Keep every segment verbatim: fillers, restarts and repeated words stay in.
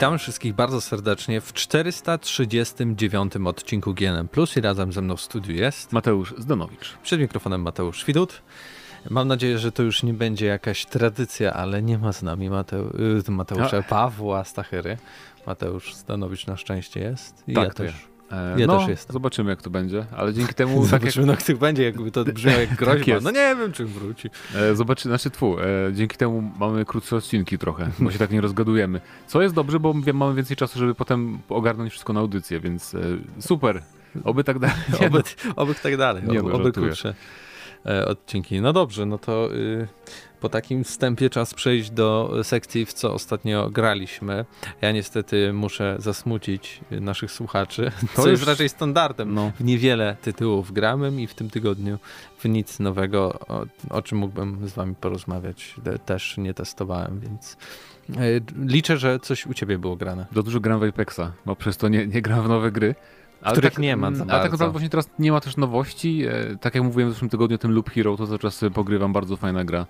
Witamy wszystkich bardzo serdecznie w czterysta trzydziestym dziewiątym odcinku G N M plus i razem ze mną w studiu jest Mateusz Zdanowicz. Przed mikrofonem Mateusz Widut. Mam nadzieję, że to już nie będzie jakaś tradycja, ale nie ma z nami Mateu- Mateusza A. Pawła Stachyry. Mateusz Zdanowicz na szczęście jest. I tak, ja to też. Ja, ja no, też jestem. Zobaczymy jak to będzie, ale dzięki temu... Zobaczymy tak jak to będzie, jakby to brzmiało jak groźba. tak no nie wiem, czym wróci. E, zobaczy, znaczy tfu, e, dzięki temu mamy krótsze odcinki trochę, bo się tak nie rozgadujemy. Co jest dobrze, bo mamy więcej czasu, żeby potem ogarnąć wszystko na audycję, więc e, super. Oby tak dalej. oby, oby tak dalej, nie, oby, no, oby krótsze e, odcinki. No dobrze, no to y, po takim wstępie czas przejść do sekcji, w co ostatnio graliśmy. Ja niestety muszę zasmucić naszych słuchaczy, to co już... jest raczej standardem. No. W niewiele tytułów gramy i w tym tygodniu w nic nowego, o, o czym mógłbym z wami porozmawiać, też nie testowałem, więc y, liczę, że coś u ciebie było grane. Do dużo gram w Apexa, bo przez to nie, nie gram w nowe gry. Ale których tak, nie ma za Ale tak naprawdę właśnie teraz nie ma też nowości. E, tak jak mówiłem w zeszłym tygodniu o tym Loop Hero, to cały czas sobie pogrywam, bardzo fajna gra.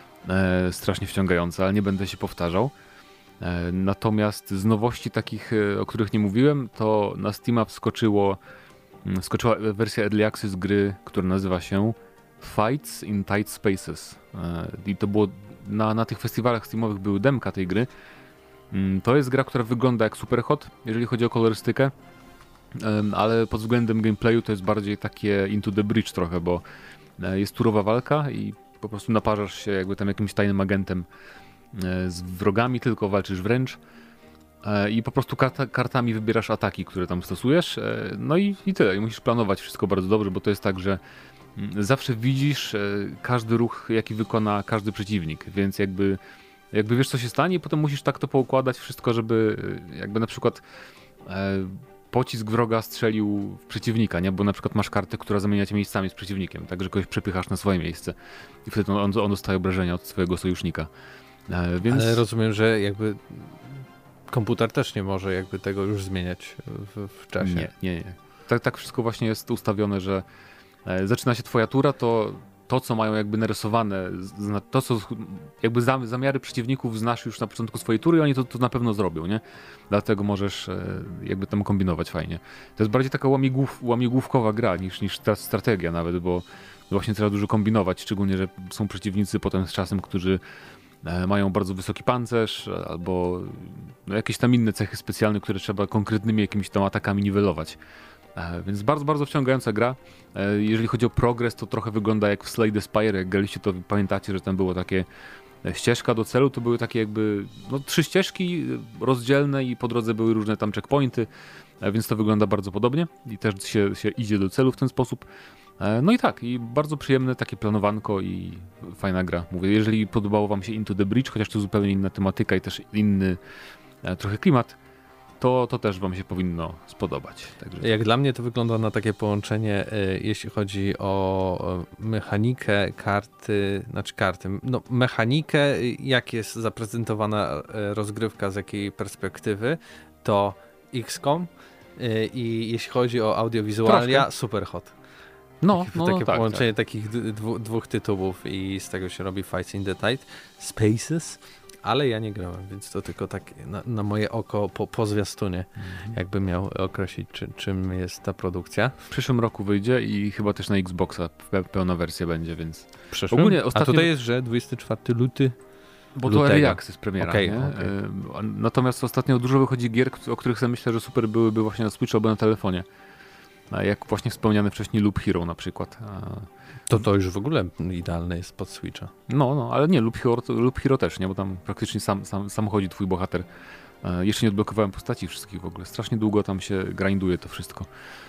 E, strasznie wciągająca, ale nie będę się powtarzał. E, natomiast z nowości takich, e, o których nie mówiłem, to na Steama wskoczyło, m, wskoczyła wersja Early Access gry, która nazywa się Fights in Tight Spaces. E, I to było na, na tych festiwalach Steamowych były demka tej gry. E, to jest gra, która wygląda jak Superhot, jeżeli chodzi o kolorystykę. Ale pod względem gameplayu to jest bardziej takie Into the Breach trochę, bo jest turowa walka i po prostu naparzasz się jakby tam jakimś tajnym agentem z wrogami, tylko walczysz wręcz i po prostu karta, kartami wybierasz ataki, które tam stosujesz, no i, i tyle. I musisz planować wszystko bardzo dobrze, bo to jest tak, że zawsze widzisz każdy ruch, jaki wykona każdy przeciwnik, więc jakby, jakby wiesz, co się stanie i potem musisz tak to poukładać wszystko, żeby jakby na przykład pocisk wroga strzelił w przeciwnika, nie? Bo na przykład masz kartę, która zamienia cię miejscami z przeciwnikiem, także kogoś przepychasz na swoje miejsce i wtedy on, on dostaje obrażenia od swojego sojusznika. E, więc... Ale rozumiem, że jakby komputer też nie może jakby tego już zmieniać w, w czasie. Nie, nie, nie. Tak, tak wszystko właśnie jest ustawione, że e, zaczyna się twoja tura, to to, co mają jakby narysowane, to, co jakby zamiary przeciwników znasz już na początku swojej tury i oni to, to na pewno zrobią, nie? Dlatego możesz jakby tam kombinować fajnie. To jest bardziej taka łamigłów, łamigłówkowa gra niż, niż ta strategia nawet, bo właśnie trzeba dużo kombinować, szczególnie, że są przeciwnicy potem z czasem, którzy mają bardzo wysoki pancerz albo no, jakieś tam inne cechy specjalne, które trzeba konkretnymi jakimiś tam atakami niwelować. Więc bardzo, bardzo wciągająca gra. Jeżeli chodzi o progres, to trochę wygląda jak w Slay the Spire. Jak graliście, to pamiętacie, że tam było takie ścieżka do celu, to były takie jakby no, trzy ścieżki rozdzielne i po drodze były różne tam checkpointy, więc to wygląda bardzo podobnie i też się, się idzie do celu w ten sposób. No i tak, i bardzo przyjemne takie planowanko i fajna gra. Mówię, jeżeli podobało wam się Into the Breach, chociaż to zupełnie inna tematyka i też inny trochę klimat, To, to też wam się powinno spodobać. Także... Jak dla mnie to wygląda na takie połączenie, y, jeśli chodzi o mechanikę, karty, znaczy karty, no mechanikę, jak jest zaprezentowana rozgrywka, z jakiej perspektywy, to X COM y, i jeśli chodzi o audiowizualia, Troszkę. Superhot. No, takie, no, takie no, tak, połączenie tak. takich dwu, dwóch tytułów i z tego się robi Fights in the Tight Spaces. Ale ja nie grałem, więc to tylko tak na, na moje oko po, po zwiastunie, mm. jakby miał określić, czy, czym jest ta produkcja. W przyszłym roku wyjdzie i chyba też na Xboxa pełna wersja będzie, więc... Przyszłym? Ogólnie ostatnio... A tutaj jest, że dwudziestego czwartego lutego? Bo to Early Access premiera, okay, nie? Okay. Natomiast ostatnio dużo wychodzi gier, o których sobie myślę, że super byłyby właśnie na Switchu albo na telefonie. Jak właśnie wspomniany wcześniej Loop Hero na przykład. To to już w ogóle idealne jest pod Switcha. No, no, ale nie, Loop Hero, Loop Hero też, nie, bo tam praktycznie sam, sam, sam chodzi twój bohater. E, jeszcze nie odblokowałem postaci wszystkich w ogóle. Strasznie długo tam się grinduje to wszystko.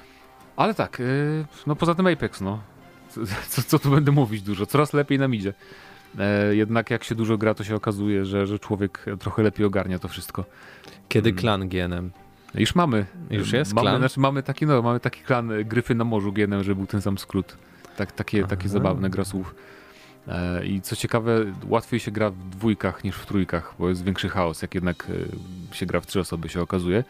Ale tak, e, no poza tym Apex, no. Co, co tu będę mówić dużo? Coraz lepiej nam idzie. E, jednak jak się dużo gra, to się okazuje, że, że człowiek trochę lepiej ogarnia to wszystko. Kiedy hmm. klan G N M? Już mamy. Już jest mamy, klan? Znaczy mamy taki, no, mamy taki klan Gryfy na morzu G N M, że był ten sam skrót. Tak, takie, takie zabawne gra słów. E, I co ciekawe, łatwiej się gra w dwójkach niż w trójkach, bo jest większy chaos, jak jednak e, się gra w trzy osoby, się okazuje.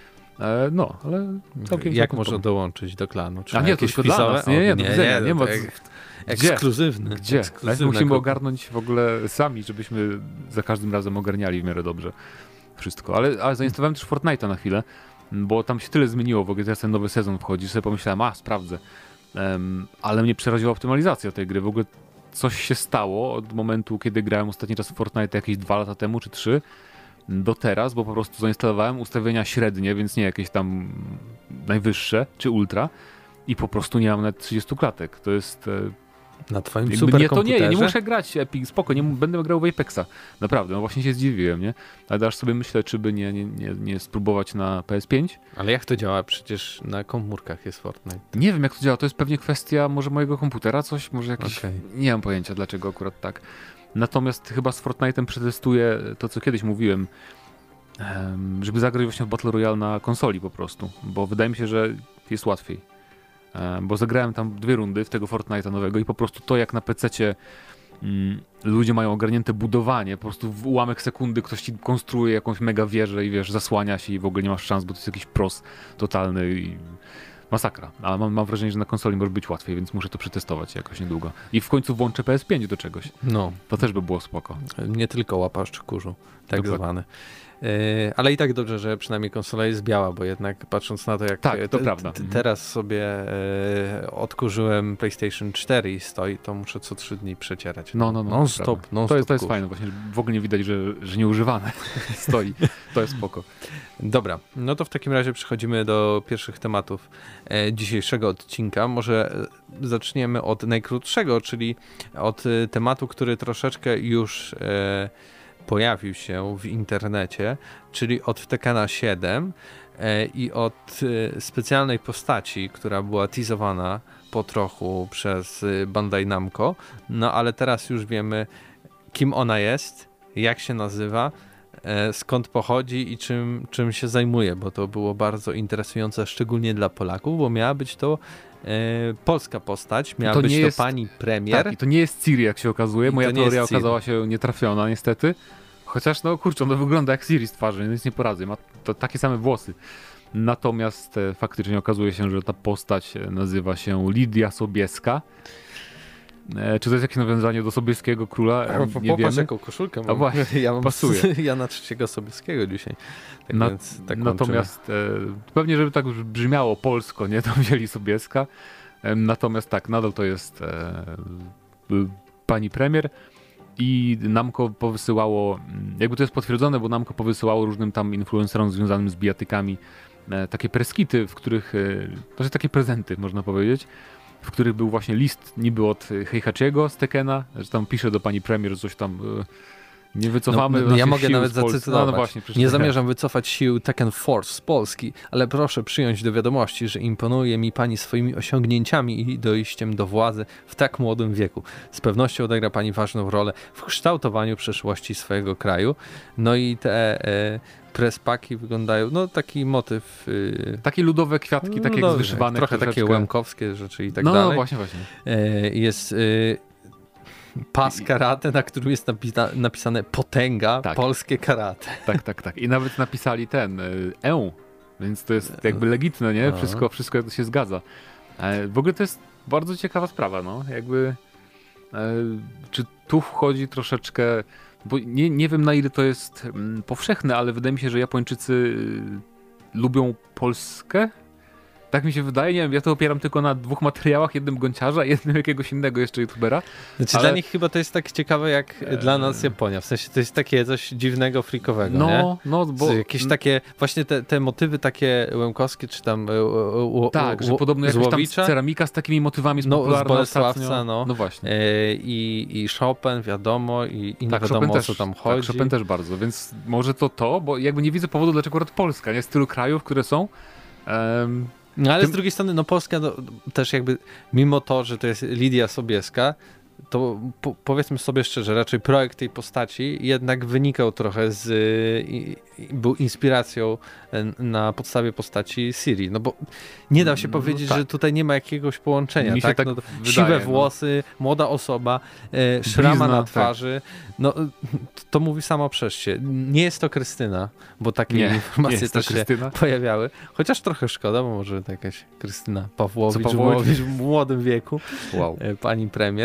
E, no, ale całkiem Jak można dołączyć do klanu? Czy A nie, to tylko dla nas. Nie, nie, nie, nie, nie, nie ma... Ekskluzywny. Gdzie? Ekskluzywny musimy ogarnąć w ogóle sami, żebyśmy za każdym razem ogarniali w miarę dobrze. wszystko. Ale, ale zainstalowałem też Fortnite'a na chwilę, bo tam się tyle zmieniło, w ogóle teraz ten nowy sezon wchodzi, sobie pomyślałem, a sprawdzę. Um, ale mnie przeraziła optymalizacja tej gry. W ogóle coś się stało od momentu, kiedy grałem ostatni raz w Fortnite jakieś dwa lata temu, czy trzy, do teraz, bo po prostu zainstalowałem ustawienia średnie, więc nie jakieś tam najwyższe, czy ultra i po prostu nie mam nawet trzydziestu klatek. To jest... Na twoim Jakby superkomputerze? nie, to nie, ja nie muszę grać Epic, spoko, nie będę grał w Apexa. Naprawdę, no właśnie się zdziwiłem, nie? Ale aż sobie myślę, czy by nie, nie, nie, nie spróbować na P S pięć. Ale jak to działa? Przecież na komórkach jest Fortnite. Nie wiem, jak to działa, to jest pewnie kwestia może mojego komputera, coś, może jakieś... Okay. Nie mam pojęcia, dlaczego akurat tak. Natomiast chyba z Fortnite'em przetestuję to, co kiedyś mówiłem, żeby zagrać właśnie w Battle Royale na konsoli po prostu, bo wydaje mi się, że jest łatwiej. Bo zagrałem tam dwie rundy w tego Fortnite'a nowego i po prostu to, jak na pececie mm, ludzie mają ogarnięte budowanie, po prostu w ułamek sekundy ktoś ci konstruuje jakąś mega wieżę i wiesz, zasłania się i w ogóle nie masz szans, bo to jest jakiś pros totalny i masakra. Ale mam, mam wrażenie, że na konsoli może być łatwiej, więc muszę to przetestować jakoś niedługo. I w końcu włączę P S pięć do czegoś. No. To też by było spoko. Nie tylko łapaszcz kurzu, tak Dokładnie. zwany. Yy, ale i tak dobrze, że przynajmniej konsola jest biała, bo jednak patrząc na to, jak tak, to te, prawda. Te, teraz sobie yy, odkurzyłem PlayStation cztery i stoi, to muszę co trzy dni przecierać. No, no, no. Non stop, non to, jest, stop to jest fajne właśnie, że w ogóle nie widać, że, że nieużywane stoi. To jest spoko. Dobra, no to w takim razie przechodzimy do pierwszych tematów e, dzisiejszego odcinka. Może e, zaczniemy od najkrótszego, czyli od e, tematu, który troszeczkę już e, pojawił się w internecie, czyli od Tekkena siedem e, i od e, specjalnej postaci, która była teasowana po trochu przez e, Bandai Namco, no ale teraz już wiemy, kim ona jest, jak się nazywa, skąd pochodzi i czym, czym się zajmuje, bo to było bardzo interesujące, szczególnie dla Polaków, bo miała być to e, polska postać, miała to być to jest, pani premier. Tak, i to nie jest Ciri, jak się okazuje. I Moja teoria Ciri. okazała się nietrafiona, niestety. Chociaż, no kurczę, ono wygląda jak Ciri z twarzy, nic nie poradzę, ma to takie same włosy. Natomiast e, faktycznie okazuje się, że ta postać nazywa się Lidia Sobieska. E, czy to jest jakieś nawiązanie do Sobieskiego króla? E, nie Popatrz, wiemy. jaką koszulkę mam. A właśnie, ja mam pasuje. Jana trzeciego Sobieskiego dzisiaj. Tak Na, więc, tak natomiast e, pewnie, żeby tak już brzmiało polsko, nie, to wzięli Sobieska. E, natomiast tak, nadal to jest e, pani premier. I Namco powysyłało, jakby to jest potwierdzone, bo Namco powysyłało różnym tam influencerom związanym z bijatykami e, takie preskity, w których, e, to są takie prezenty, można powiedzieć, w których był właśnie list niby od Heihachiego z Tekkena, że tam pisze do pani premier coś tam, e, nie wycofamy no, no, ja mogę sił nawet z Polski. zacytować. No, no właśnie, nie zamierzam wycofać sił Tekken Force z Polski, ale proszę przyjąć do wiadomości, że imponuje mi pani swoimi osiągnięciami i dojściem do władzy w tak młodym wieku. Z pewnością odegra pani ważną rolę w kształtowaniu przyszłości swojego kraju. No i te e, prespaki wyglądają, no taki motyw. E, takie ludowe kwiatki, takie ludowe, jak wyszywane. trochę troszeczkę. takie łemkowskie rzeczy i tak no, dalej. No właśnie, właśnie. E, jest... E, pas karate, na którym jest napisa napisane potęga, tak. Polskie karate. Tak, tak, tak. I nawet napisali ten E, więc to jest jakby legitne, nie? Wszystko, wszystko się zgadza. W ogóle to jest bardzo ciekawa sprawa, no. Jakby czy tu wchodzi troszeczkę, bo nie, nie wiem na ile to jest powszechne, ale wydaje mi się, że Japończycy lubią Polskę. Tak mi się wydaje, nie wiem, ja to opieram tylko na dwóch materiałach, jednym Gonciarza, jednym jakiegoś innego jeszcze youtubera. Znaczy ale... dla nich chyba to jest tak ciekawe jak eee... dla nas Japonia, w sensie to jest takie coś dziwnego, freakowego, no, nie? No, bo... Jakieś takie, właśnie te, te motywy takie łemkowskie, czy tam u, u, tak, u, że podobno jakaś tam ceramika z takimi motywami z no, popularna z Bolesławca, ostatnio. no. No właśnie. E, i, I Chopin, wiadomo, i, i tak, nie wiadomo, Chopin o co tam chodzi. Tak, Chopin też bardzo, więc może to to, bo jakby nie widzę powodu, dlaczego akurat Polska, nie? Z tylu krajów, które są. Um, No ale Tym... z drugiej strony, no Polska no, też jakby, mimo to, że to jest Lidia Sobieska, to po, powiedzmy sobie szczerze, raczej projekt tej postaci jednak wynikał trochę z, i, i, był inspiracją na podstawie postaci Ciri, no bo nie da się no, powiedzieć, tak. że tutaj nie ma jakiegoś połączenia, Mi tak? tak no, wydaje, siwe no. włosy, młoda osoba, e, szrama Blizna, na twarzy, tak. no to, to mówi samo przez się. Nie jest to Krystyna, bo takie nie, informacje nie też się Krystyna. pojawiały, chociaż trochę szkoda, bo może to jakaś Krystyna Pawłowicz, Pawłowicz? w młodym wieku, wow. pani premier, ale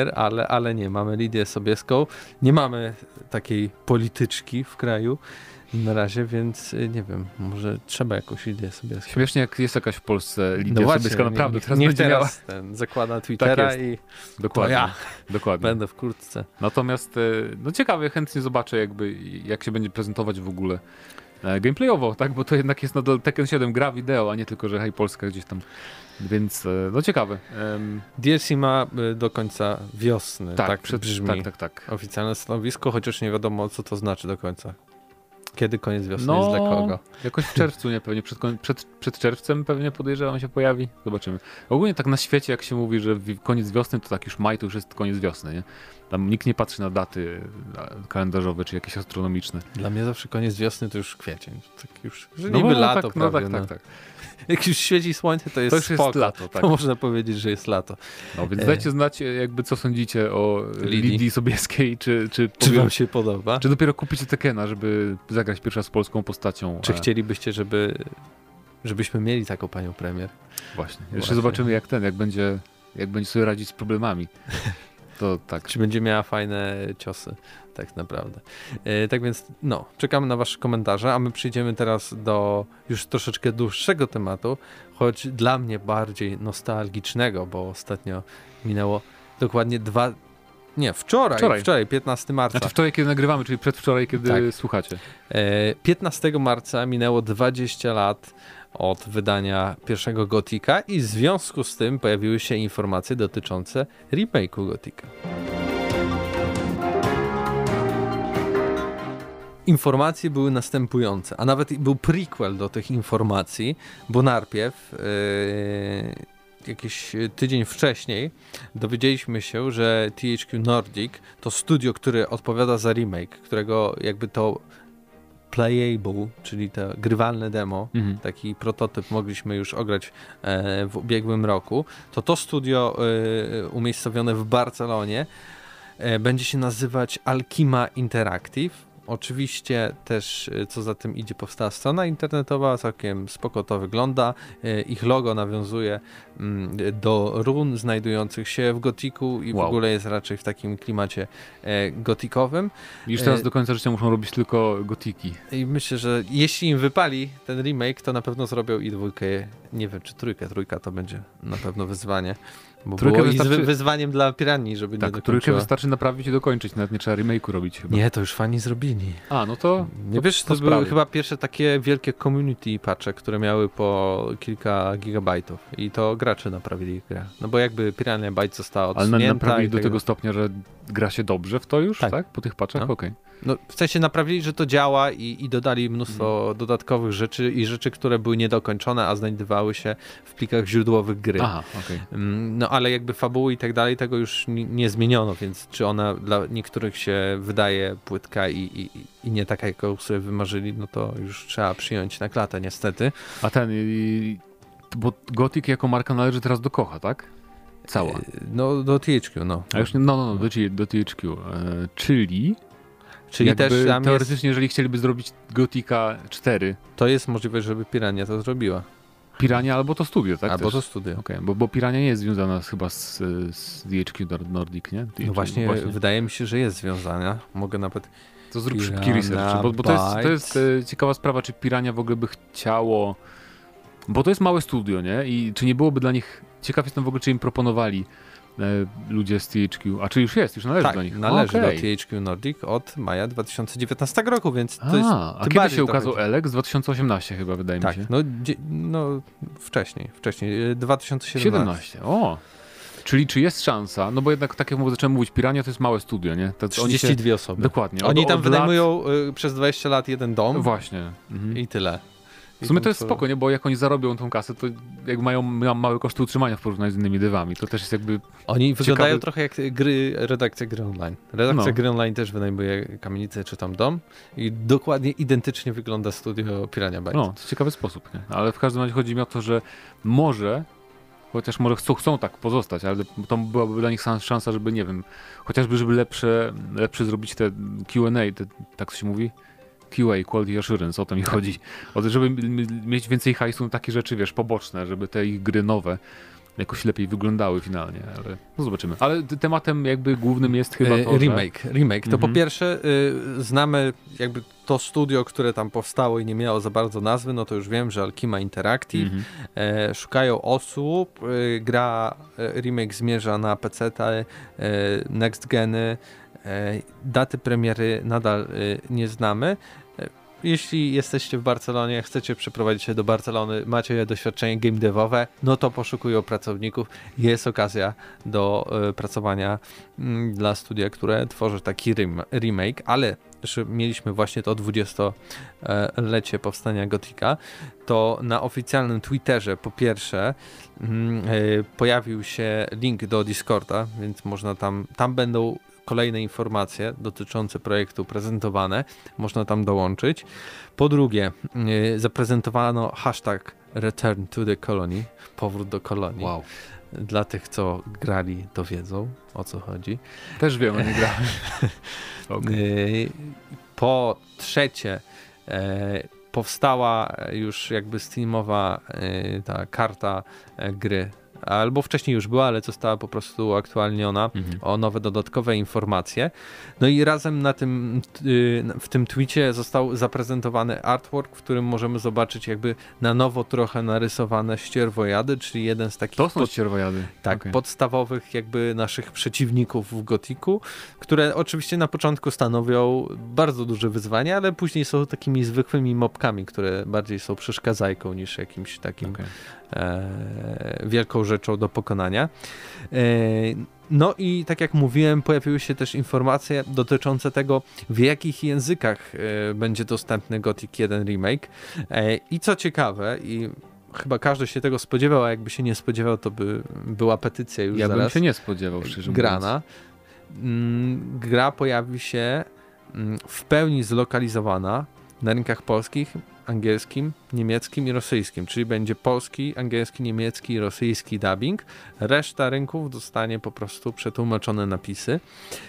ale, ale nie, mamy Lidię Sobieską, nie mamy takiej polityczki w kraju na razie, więc nie wiem, może trzeba jakąś Lidię Sobieską. Śmiesznie, jak jest jakaś w Polsce Lidia No właśnie, Sobieska, naprawdę. nie, Teraz niech będzie teraz miała... ten zakłada Twittera Tak i Dokładnie. to ja Dokładnie. będę w kurtce. Natomiast, e, no ciekawie, chętnie zobaczę jakby, jak się będzie prezentować w ogóle e, gameplayowo, tak? Bo to jednak jest nadal Tekken siedem, gra wideo, a nie tylko, że hej, Polska gdzieś tam. Więc, e, no ciekawe. Um, D L C ma y, do końca wiosny, tak, tak przed, brzmi tak, tak, tak. oficjalne stanowisko, chociaż nie wiadomo, co to znaczy do końca. Kiedy koniec wiosny No, jest dla kogo? Jakoś w czerwcu, nie? Pewnie przed, koń- przed, przed czerwcem pewnie podejrzewam się pojawi. Zobaczymy. Ogólnie tak na świecie, jak się mówi, że wi- koniec wiosny, to tak już maj to już jest koniec wiosny, nie? Tam nikt nie patrzy na daty a, kalendarzowe czy jakieś astronomiczne. Dla mnie zawsze koniec wiosny to już kwiecień. Tak już, że No, niby no, lato tak, no, prawie. tak, no. tak, tak. Jak już świeci słońce, to jest To już spoko. jest lato, tak. To można powiedzieć, że jest lato. No więc E. dajcie znać, jakby co sądzicie o Lidii. Lidii Sobieskiej, czy, czy, Czy powie- wam się podoba? czy dopiero kupicie Tekena, żeby zagrać pierwszy raz z polską postacią. Czy e, chcielibyście, żeby żebyśmy mieli taką panią premier? Właśnie. Jeszcze Właśnie. zobaczymy jak ten, jak będzie, jak będzie sobie radzić z problemami. To tak. Czy będzie miała fajne ciosy, tak naprawdę. E, tak więc, no, czekamy na wasze komentarze, a my przejdziemy teraz do już troszeczkę dłuższego tematu, choć dla mnie bardziej nostalgicznego, bo ostatnio minęło dokładnie dwa... Nie, wczoraj, Wczoraj. wczoraj, piętnastego marca. Znaczy wczoraj, kiedy nagrywamy, czyli przedwczoraj, kiedy Tak. słuchacie. E, piętnastego marca minęło dwadzieścia lat od wydania pierwszego Gotika i w związku z tym pojawiły się informacje dotyczące remake'u Gotika. Informacje były następujące, a nawet był prequel do tych informacji, bo najpierw yy, jakiś tydzień wcześniej dowiedzieliśmy się, że T H Q Nordic to studio, które odpowiada za remake, którego jakby to playable, czyli to grywalne demo, Mhm. taki prototyp mogliśmy już ograć e, w ubiegłym roku, to to studio e, umiejscowione w Barcelonie e, będzie się nazywać Alkima Interactive. Oczywiście też, e, co za tym idzie, powstała strona internetowa, całkiem spoko to wygląda. E, ich logo nawiązuje mm, do run znajdujących się w Gotiku i Wow. w ogóle jest raczej w takim klimacie e, gotikowym. Już teraz E, do końca życia muszą robić tylko gotiki. I myślę, że jeśli im wypali ten remake, to na pewno zrobią i dwójkę, nie wiem czy trójkę, trójka to będzie na pewno wyzwanie, bo Trójkę było i wystarczy- z wy- wyzwaniem dla Piranii, żeby Tak, nie trójkę dokończyła. wystarczy naprawić i dokończyć, nawet nie trzeba remake'u robić chyba. Nie, to już fani zrobili. A, no to... Nie to, wiesz, to, to były sprawy. chyba pierwsze takie wielkie community patche, które miały po kilka gigabajtów i to gracze naprawili grę. No bo jakby Pirania Byte została Ale odsunięta. na, naprawili i do tego- tego stopnia, że gra się dobrze w to już, tak? Tak. Po tych patchach? No. Okej. No, w sensie naprawili, że to działa i, i dodali mnóstwo Mhm. dodatkowych rzeczy i rzeczy, które były niedokończone, a znajdowały się w plikach źródłowych gry. Aha, okej. Mm, No ale jakby fabuły i tak dalej, tego już ni- nie zmieniono, więc czy ona dla niektórych się wydaje płytka i, i, i nie taka, jaką sobie wymarzyli, no to już trzeba przyjąć na klatę niestety. A ten... I, bo Gothic jako marka należy teraz do Kocha, tak? Cała. E, No do T H Q, no. A już nie, no, no, no, do, T- do T H Q. E, czyli Czyli jakby też tam jest, teoretycznie, jeżeli chcieliby zrobić Gothica cztery, to jest możliwość, żeby Pirania to zrobiła. Pirania albo to studio, tak? Albo też? to studio. Okej, bo, bo Pirania nie jest związana z, chyba z, z D H Q Nor- Nordic, nie? No właśnie, wydaje mi się, że jest związana. Mogę nawet... To zrób szybki Pirana research, bo, bo to jest, to jest e, ciekawa sprawa, czy Pirania w ogóle by chciało... Bo to jest małe studio, nie? I czy nie byłoby dla nich... Ciekaw jestem w ogóle, czy im proponowali e, ludzie z T H Q. A czy już jest? Już należy Tak, do nich? należy Okej. do T H Q Nordic od maja dwa tysiące dziewiętnastego roku, więc to A, jest... a tym kiedy bardziej się to ukazał chodzi. Elex? dwa tysiące osiemnaście chyba, wydaje Tak, mi się. no, dzie- no wcześniej, wcześniej, e, dwa tysiące siedemnasty. siedemnaście. O! Czyli czy jest szansa? No bo jednak, tak jak zacząłem mówić, Pirania to jest małe studio, nie? To, oni się, trzydzieści dwie osoby. dokładnie. Oni Od- tam od wynajmują y, przez dwadzieścia lat jeden Lat... dom Właśnie. Mhm. i tyle. I W sumie tam to jest co- spoko, nie? Bo jak oni zarobią tą kasę, to jak mają, mają małe koszty utrzymania w porównaniu z innymi dewami, to też jest jakby... Oni wyglądają ciekawy- trochę jak gry, redakcja gry online. Redakcja No. gry online też wynajmuje kamienicę czy tam dom i dokładnie identycznie wygląda studio Pirania Byte. No, to jest ciekawy sposób, nie? Ale w każdym razie chodzi mi o to, że może, chociaż może chcą, chcą tak pozostać, ale to byłaby dla nich szans- szansa, żeby, nie wiem, chociażby żeby lepsze, lepsze zrobić te Q and A, te, tak to się mówi? Q A, Quality Assurance, o to mi chodzi. O to, żeby m- m- mieć więcej hajsu na takie rzeczy, wiesz, poboczne, żeby te ich gry nowe jakoś lepiej wyglądały finalnie, ale no zobaczymy. Ale tematem jakby głównym jest chyba to, remake. Że... Remake. To mhm. po pierwsze y, znamy jakby to studio, które tam powstało i nie miało za bardzo nazwy, no to już wiem, że Alkima Interactive. Mhm. E, szukają osób, y, gra y, remake zmierza na pecety, y, next geny, y, daty premiery nadal y, nie znamy. Jeśli jesteście w Barcelonie, chcecie przeprowadzić się do Barcelony, macie doświadczenie game devowe, no to poszukują pracowników. Jest okazja do y, pracowania y, dla studia, które tworzy taki rem remake, ale że mieliśmy właśnie to dwudziestolecie powstania Gotika, to na oficjalnym Twitterze po pierwsze y, y, pojawił się link do Discorda, więc można tam, tam będą kolejne informacje dotyczące projektu prezentowane, można tam dołączyć. Po drugie, yy, zaprezentowano hashtag Return to the Colony, powrót do kolonii. Wow. Dla tych, co grali, to wiedzą, o co chodzi. Też wiem, nie grałem. Okay. Yy, po trzecie, yy, powstała już jakby steamowa yy, ta karta yy, gry. Albo wcześniej już była, ale została po prostu uaktualniona mhm. o nowe dodatkowe informacje. No i razem na tym, w tym tweetie został zaprezentowany artwork, w którym możemy zobaczyć jakby na nowo trochę narysowane ścierwojady, czyli jeden z takich to są pod... ścierwojady. Tak, okay. podstawowych jakby naszych przeciwników w Gotiku, które oczywiście na początku stanowią bardzo duże wyzwanie, ale później są takimi zwykłymi mobkami, które bardziej są przeszkadzajką niż jakimś takim okay. e, wielką rzeczą do pokonania. E, no i tak jak mówiłem, pojawiły się też informacje dotyczące tego, w jakich językach e, będzie dostępny Gothic jeden Remake. E, I co ciekawe, i chyba każdy się tego spodziewał, a jakby się nie spodziewał, to by była petycja już ja zaraz. Ja bym się nie spodziewał, szczerze mówiąc. Grana. Gra pojawi się w pełni zlokalizowana na rynkach polskich, angielskim, niemieckim i rosyjskim, czyli będzie polski, angielski, niemiecki i rosyjski dubbing. Reszta rynków dostanie po prostu przetłumaczone napisy.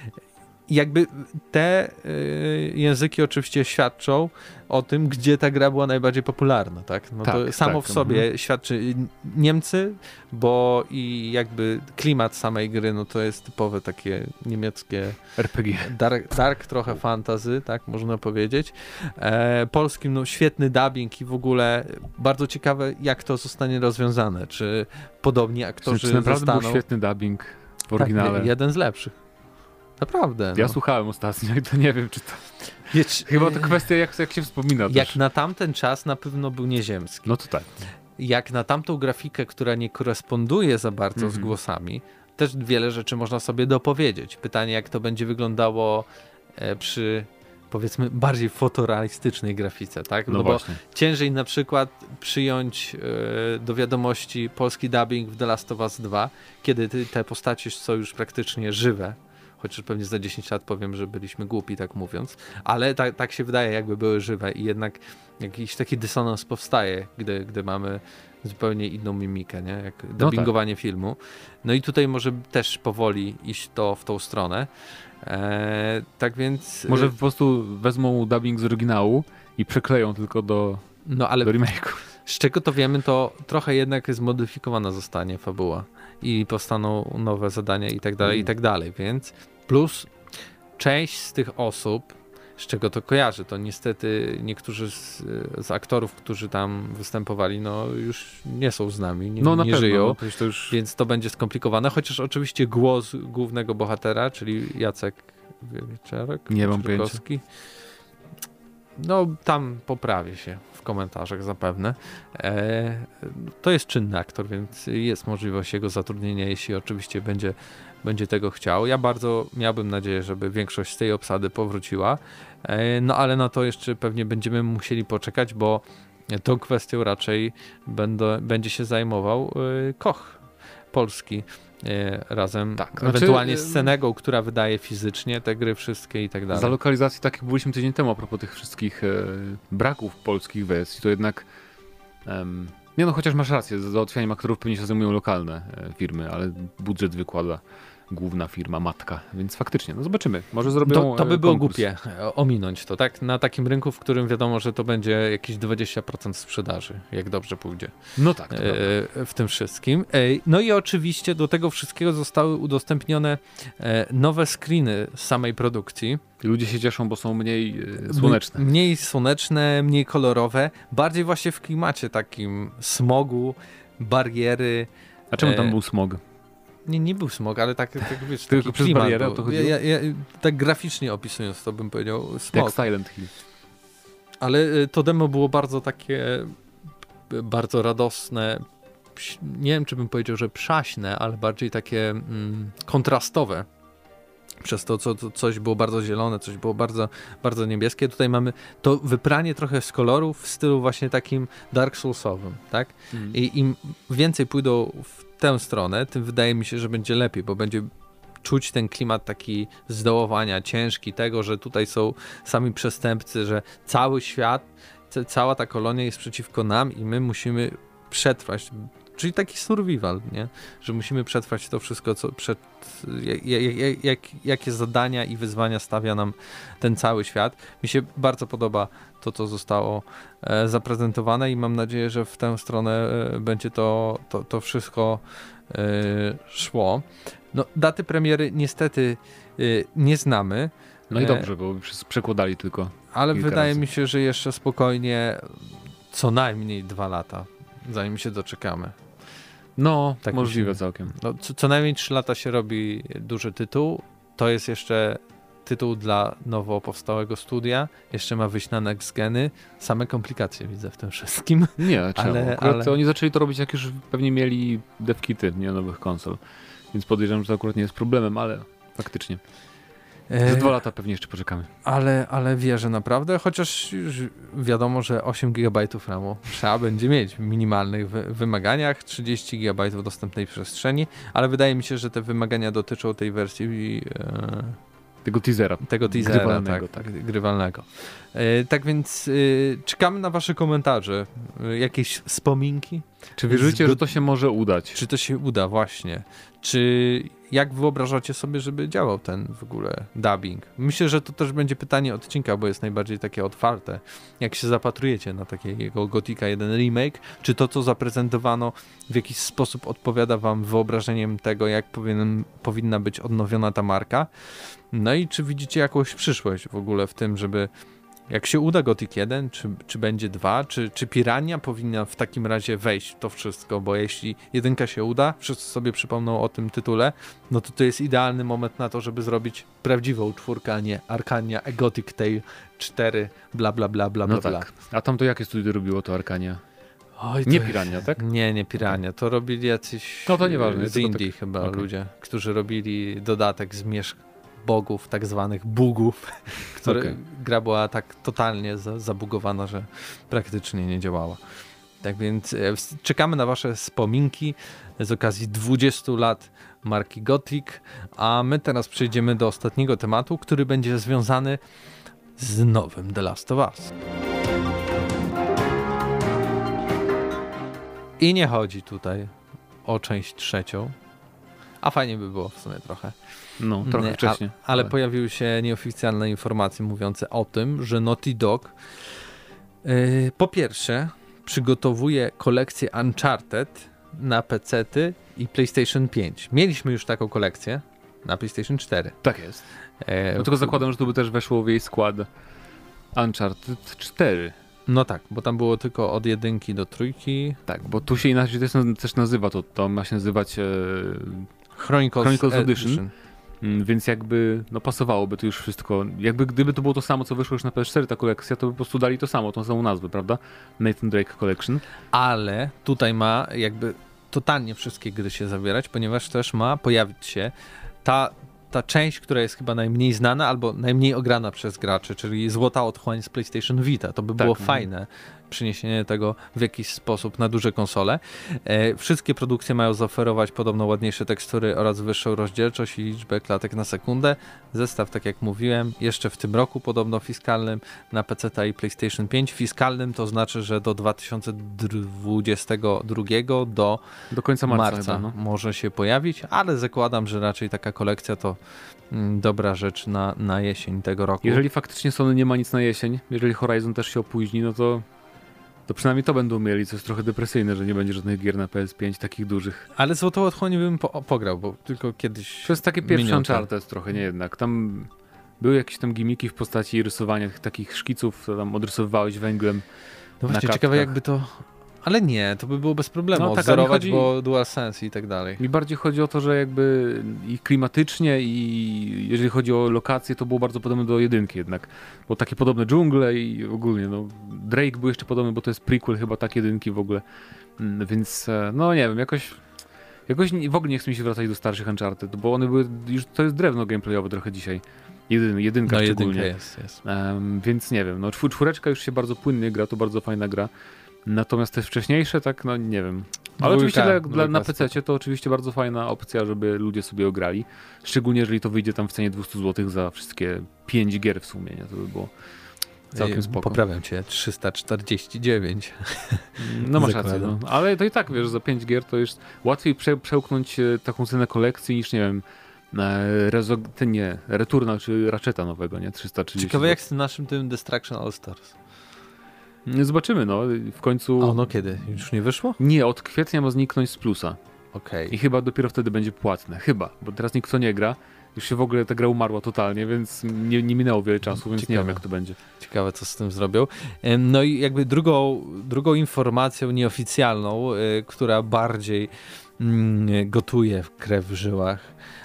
Jakby te y, języki oczywiście świadczą o tym, gdzie ta gra była najbardziej popularna, tak? No tak, to samo tak, w sobie mhm. świadczy Niemcy, bo i jakby klimat samej gry, no to jest typowe takie niemieckie R P G. Dark, dark trochę fantasy, tak można powiedzieć. E, polskim, no świetny dubbing i w ogóle bardzo ciekawe, jak to zostanie rozwiązane. Czy podobni aktorzy czy, czy naprawdę zostaną... był świetny dubbing w oryginale? Tak, jeden z lepszych. Naprawdę. Ja no. słuchałem ostatnio i to nie wiem, czy to... Wiesz, chyba to kwestia, jak, jak się wspomina. Jak też. na tamten czas na pewno był nieziemski. No to tak. Jak na tamtą grafikę, która nie koresponduje za bardzo mm -hmm. z głosami, też wiele rzeczy można sobie dopowiedzieć. Pytanie, jak to będzie wyglądało e, przy, powiedzmy, bardziej fotorealistycznej grafice, tak? No, no bo właśnie. Ciężej na przykład przyjąć e, do wiadomości polski dubbing w The Last of Us dwa, kiedy te postacie są już praktycznie żywe. Chociaż pewnie za dziesięć lat powiem, że byliśmy głupi, tak mówiąc, ale tak, tak się wydaje, jakby były żywe i jednak jakiś taki dysonans powstaje, gdy, gdy mamy zupełnie inną mimikę, nie? Jak dubbingowanie no tak. filmu. No i tutaj może też powoli iść to w tą stronę. Eee, tak więc... Może po prostu wezmą dubbing z oryginału i przekleją tylko do, no, ale do remake'u. Z czego to wiemy, to trochę jednak zmodyfikowana zostanie fabuła i powstaną nowe zadania i tak dalej, i tak dalej, więc plus część z tych osób, z czego to kojarzy, to niestety niektórzy z, z aktorów, którzy tam występowali, no już nie są z nami, nie, no, na nie pewno, żyją, no, to już, to już... więc to będzie skomplikowane, chociaż oczywiście głos głównego bohatera, czyli Jacek Wieczorek, nie mam pojęcia. No tam poprawię się w komentarzach zapewne. E, to jest czynny aktor, więc jest możliwość jego zatrudnienia, jeśli oczywiście będzie, będzie tego chciał. Ja bardzo miałbym nadzieję, żeby większość z tej obsady powróciła, e, no ale na to jeszcze pewnie będziemy musieli poczekać, bo tą kwestią raczej będę, będzie się zajmował e, Koch polski. Razem, tak, ewentualnie znaczy, z Senegą, która wydaje fizycznie te gry wszystkie i tak dalej. Za lokalizację, tak jak byliśmy tydzień temu a propos tych wszystkich e, braków polskich wersji, to jednak em, nie no, chociaż masz rację, za załatwianiem aktorów pewnie się zajmują lokalne e, firmy, ale budżet wykłada główna firma, matka, więc faktycznie, no zobaczymy, może zrobią To, to by było konkurs. głupie ominąć to, tak? Na takim rynku, w którym wiadomo, że to będzie jakieś dwadzieścia procent sprzedaży, jak dobrze pójdzie. No tak, to e, prawda. w tym wszystkim. E, no i oczywiście do tego wszystkiego zostały udostępnione e, nowe screeny z samej produkcji. Ludzie się cieszą, bo są mniej e, słoneczne. M- mniej słoneczne, mniej kolorowe, bardziej właśnie w klimacie takim smogu, bariery. A czemu e, tam był smog? Nie, nie był smog, ale tak, tak wiesz, Tylko taki przez klimat barierę był. o to chodziło? Ja, ja, tak graficznie opisując to bym powiedział smog. Jak Silent Hill. Ale y, to demo było bardzo takie, y, bardzo radosne, ps- nie wiem czy bym powiedział, że przaśne, ale bardziej takie mm, kontrastowe. Przez to, co, co coś było bardzo zielone, coś było bardzo, bardzo niebieskie. Tutaj mamy to wypranie trochę z kolorów w stylu właśnie takim Dark Soulsowym, tak? Mhm. I im więcej pójdą w tę stronę, tym wydaje mi się, że będzie lepiej, bo będzie czuć ten klimat taki zdołowania, ciężki, tego, że tutaj są sami przestępcy, że cały świat, ca- cała ta kolonia jest przeciwko nam i my musimy przetrwać. Czyli taki survival, nie? Że musimy przetrwać to wszystko, co przed, jak, jak, jak, jakie zadania i wyzwania stawia nam ten cały świat. Mi się bardzo podoba to, co zostało e, zaprezentowane i mam nadzieję, że w tę stronę e, będzie to, to, to wszystko e, szło. No, daty premiery niestety e, nie znamy. No i e, dobrze, bo przez- przekładali tylko. Ale kilka wydaje razy. mi się, że jeszcze spokojnie co najmniej dwa lata, zanim się doczekamy. No, Tak możliwe myślę. całkiem. No, co, co najmniej trzy lata się robi duży tytuł. To jest jeszcze tytuł dla nowo powstałego studia. Jeszcze ma wyjść na next geny. Same komplikacje widzę w tym wszystkim. Nie, czemu? Ale- Akurat ale- oni zaczęli to robić, jak już pewnie mieli devkity, nie nowych konsol. Więc podejrzewam, że to akurat nie jest problemem, ale faktycznie. E, Za dwa lata pewnie jeszcze poczekamy. ale, ale wierzę naprawdę, chociaż już wiadomo, że osiem gigabajtów ramu trzeba będzie mieć w minimalnych wy- wymaganiach, trzydzieści gigabajtów dostępnej przestrzeni, ale wydaje mi się, że te wymagania dotyczą tej wersji e, Tego teasera. tego teasera, Grywalnego, tak, tak. grywalnego. E, tak więc e, czekamy na wasze komentarze, e, jakieś wspominki, Czy wierzycie, Zgod- że to się może udać? czy to się uda właśnie, czy jak wyobrażacie sobie, żeby działał ten w ogóle dubbing. Myślę, że to też będzie pytanie odcinka, bo jest najbardziej takie otwarte. Jak się zapatrujecie na takiego Gothica jeden remake, czy to, co zaprezentowano, w jakiś sposób odpowiada wam wyobrażeniem tego, jak powinien, powinna być odnowiona ta marka. No i czy widzicie jakąś przyszłość w ogóle w tym, żeby jak się uda Gothic jeden, czy, czy będzie dwa, czy, czy Pirania powinna w takim razie wejść w to wszystko, bo jeśli jedynka się uda, wszyscy sobie przypomną o tym tytule, no to to jest idealny moment na to, żeby zrobić prawdziwą czwórkę, a nie Arkania, A Gothic Tale cztery, bla bla bla bla No bla. tak. A tam to jakie studio robiło to Arkania? Oj, Nie to- Pirania, tak? Nie, nie Pirania, to robili jacyś No to nieważne, z to Indii tak- chyba okej. ludzie, którzy robili dodatek zmierzch bogów, tak zwanych bugów, który Okej. gra była tak totalnie za, zabugowana, że praktycznie nie działała. Tak więc e, ws- czekamy na wasze wspominki z okazji dwudziestu lat marki Gothic, a my teraz przejdziemy do ostatniego tematu, który będzie związany z nowym The Last of Us. I nie chodzi tutaj o część trzecią, a fajnie by było w sumie trochę. No, trochę Nie, wcześniej. A, ale pojawiły się nieoficjalne informacje mówiące o tym, że Naughty Dog yy, po pierwsze przygotowuje kolekcję Uncharted na pecety i PlayStation pięć. Mieliśmy już taką kolekcję na PlayStation cztery. Tak jest. E, No tylko zakładam, że to by też weszło w jej skład Uncharted cztery. No tak, bo tam było tylko od jedynki do trójki. Tak, bo tu się inaczej też, też nazywa, to, to ma się nazywać e, Chronicles, Chronicles Edition. Edition. Mm, Więc jakby, no pasowałoby to już wszystko. Jakby gdyby to było to samo, co wyszło już na P S cztery, ta kolekcja, to by po prostu dali to samo, tą samą nazwę, prawda? Nathan Drake Collection. Ale tutaj ma jakby totalnie wszystkie gry się zawierać, ponieważ też ma pojawić się ta, ta część, która jest chyba najmniej znana albo najmniej ograna przez graczy, czyli złota otchłań z PlayStation Vita. To by Tak, było mhm. fajne przeniesienie tego w jakiś sposób na duże konsole. E, wszystkie produkcje mają zaoferować podobno ładniejsze tekstury oraz wyższą rozdzielczość i liczbę klatek na sekundę. Zestaw, tak jak mówiłem, jeszcze w tym roku podobno fiskalnym na P C i PlayStation pięć. Fiskalnym to znaczy, że do dwa tysiące dwudziestego drugiego do, do końca marca, marca chyba, no. może się pojawić, ale zakładam, że raczej taka kolekcja to mm, dobra rzecz na, na jesień tego roku. Jeżeli faktycznie Sony nie ma nic na jesień, jeżeli Horizon też się opóźni, no to to przynajmniej to będą mieli, co jest trochę depresyjne, że nie będzie żadnych gier na P S pięć takich dużych. Ale Złotą Otchłani bym po, pograł, bo tylko kiedyś... To jest takie pierwsze minutę. Uncharted trochę, nie jednak. Tam były jakieś tam gimiki w postaci rysowania tych takich szkiców, co tam odrysowywałeś węglem. No na właśnie, kartkach. ciekawe jakby to... Ale nie, to by było bez problemu, No no, tak, odzorować, ale mi chodzi- bo DualSense i tak dalej. Mi bardziej chodzi o to, że jakby i klimatycznie, i jeżeli chodzi o lokacje, to było bardzo podobne do jedynki jednak. Bo takie podobne dżungle i ogólnie, no Drake był jeszcze podobny, bo to jest prequel chyba tak jedynki w ogóle. Mm, Więc e, no nie wiem, jakoś jakoś nie- w ogóle nie chce mi się wracać do starszych Uncharted, bo one były, już to jest drewno gameplayowe trochę dzisiaj. Jedyn, jedynka No szczególnie. jedynka jest, jest. Em, więc nie wiem, no czwór, czwóreczka już się bardzo płynnie gra, to bardzo fajna gra. Natomiast te wcześniejsze, tak, no nie wiem. Ale Dwójka, oczywiście dla, dwójka dla, na spoko. P C to oczywiście bardzo fajna opcja, żeby ludzie sobie ograli. Szczególnie jeżeli to wyjdzie tam w cenie dwieście złotych za wszystkie pięć gier w sumie, nie? To by było całkiem Ej, spoko. Poprawiam cię, trzysta czterdzieści dziewięć. No masz rację, Zakładam. no. Ale to i tak, wiesz, za pięć gier to jest łatwiej prze, przełknąć e, taką cenę kolekcji niż, nie wiem, e, rezo, ten nie, Returna czy Ratcheta nowego, nie? trzysta trzydzieści Ciekawe jak z tym naszym tym Destruction All Stars. Zobaczymy, no. W końcu... O, no kiedy? Już nie wyszło? Nie, od kwietnia ma zniknąć z plusa. Okej. I chyba dopiero wtedy będzie płatne. Chyba, bo teraz nikt w to nie gra. Już się w ogóle ta gra umarła totalnie, więc nie, nie minęło wiele czasu, więc nie Ciekawe. wiem jak to będzie. Ciekawe, co z tym zrobią. Em, No i jakby drugą, drugą informacją nieoficjalną, y, która bardziej mm, gotuje w krew w żyłach,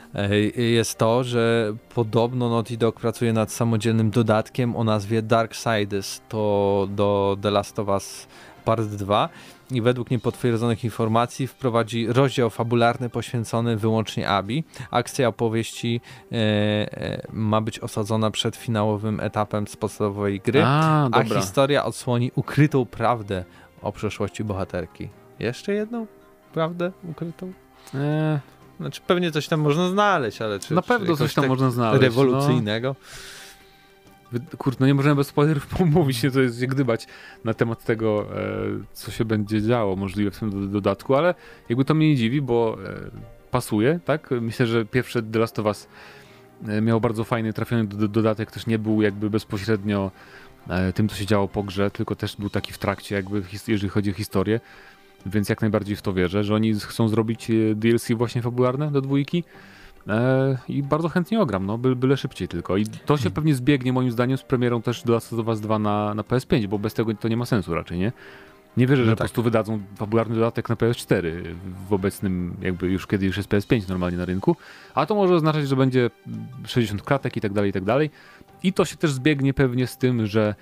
y, jest to, że podobno Naughty Dog pracuje nad samodzielnym dodatkiem o nazwie Darksiders, to do The Last of Us Part dwa i według niepotwierdzonych informacji wprowadzi rozdział fabularny poświęcony wyłącznie Abi. Akcja opowieści e, e, ma być osadzona przed finałowym etapem z podstawowej gry, A, a dobra. historia odsłoni ukrytą prawdę o przeszłości bohaterki. Jeszcze jedną prawdę ukrytą? Eee, Znaczy pewnie coś tam można znaleźć, ale czy na czy pewno jakoś coś tam tak można znaleźć. rewolucyjnego? No. Kurde, no nie możemy bez spoilerów pomówić, nie, to jest jak gdybać na temat tego, e, co się będzie działo możliwe w tym do, dodatku, ale jakby to mnie nie dziwi, bo e, pasuje, tak? Myślę, że pierwszy The Last of Us e, miał bardzo fajny, trafiony do, do, dodatek, też nie był jakby bezpośrednio e, tym, co się działo po grze, tylko też był taki w trakcie, jakby his- jeżeli chodzi o historię, więc jak najbardziej w to wierzę, że oni chcą zrobić e, D L C właśnie fabularne do dwójki. E, I bardzo chętnie ogram, no, by, byle szybciej tylko. I to się pewnie zbiegnie moim zdaniem z premierą też The Last of Us dwa na, na P S pięć, bo bez tego to nie ma sensu raczej, nie? Nie wierzę, No że tak. po prostu wydadzą fabularny dodatek na P S cztery w obecnym, jakby już kiedy już jest P S pięć normalnie na rynku, a to może oznaczać, że będzie sześćdziesiąt klatek i tak dalej, i tak dalej. I to się też zbiegnie pewnie z tym, że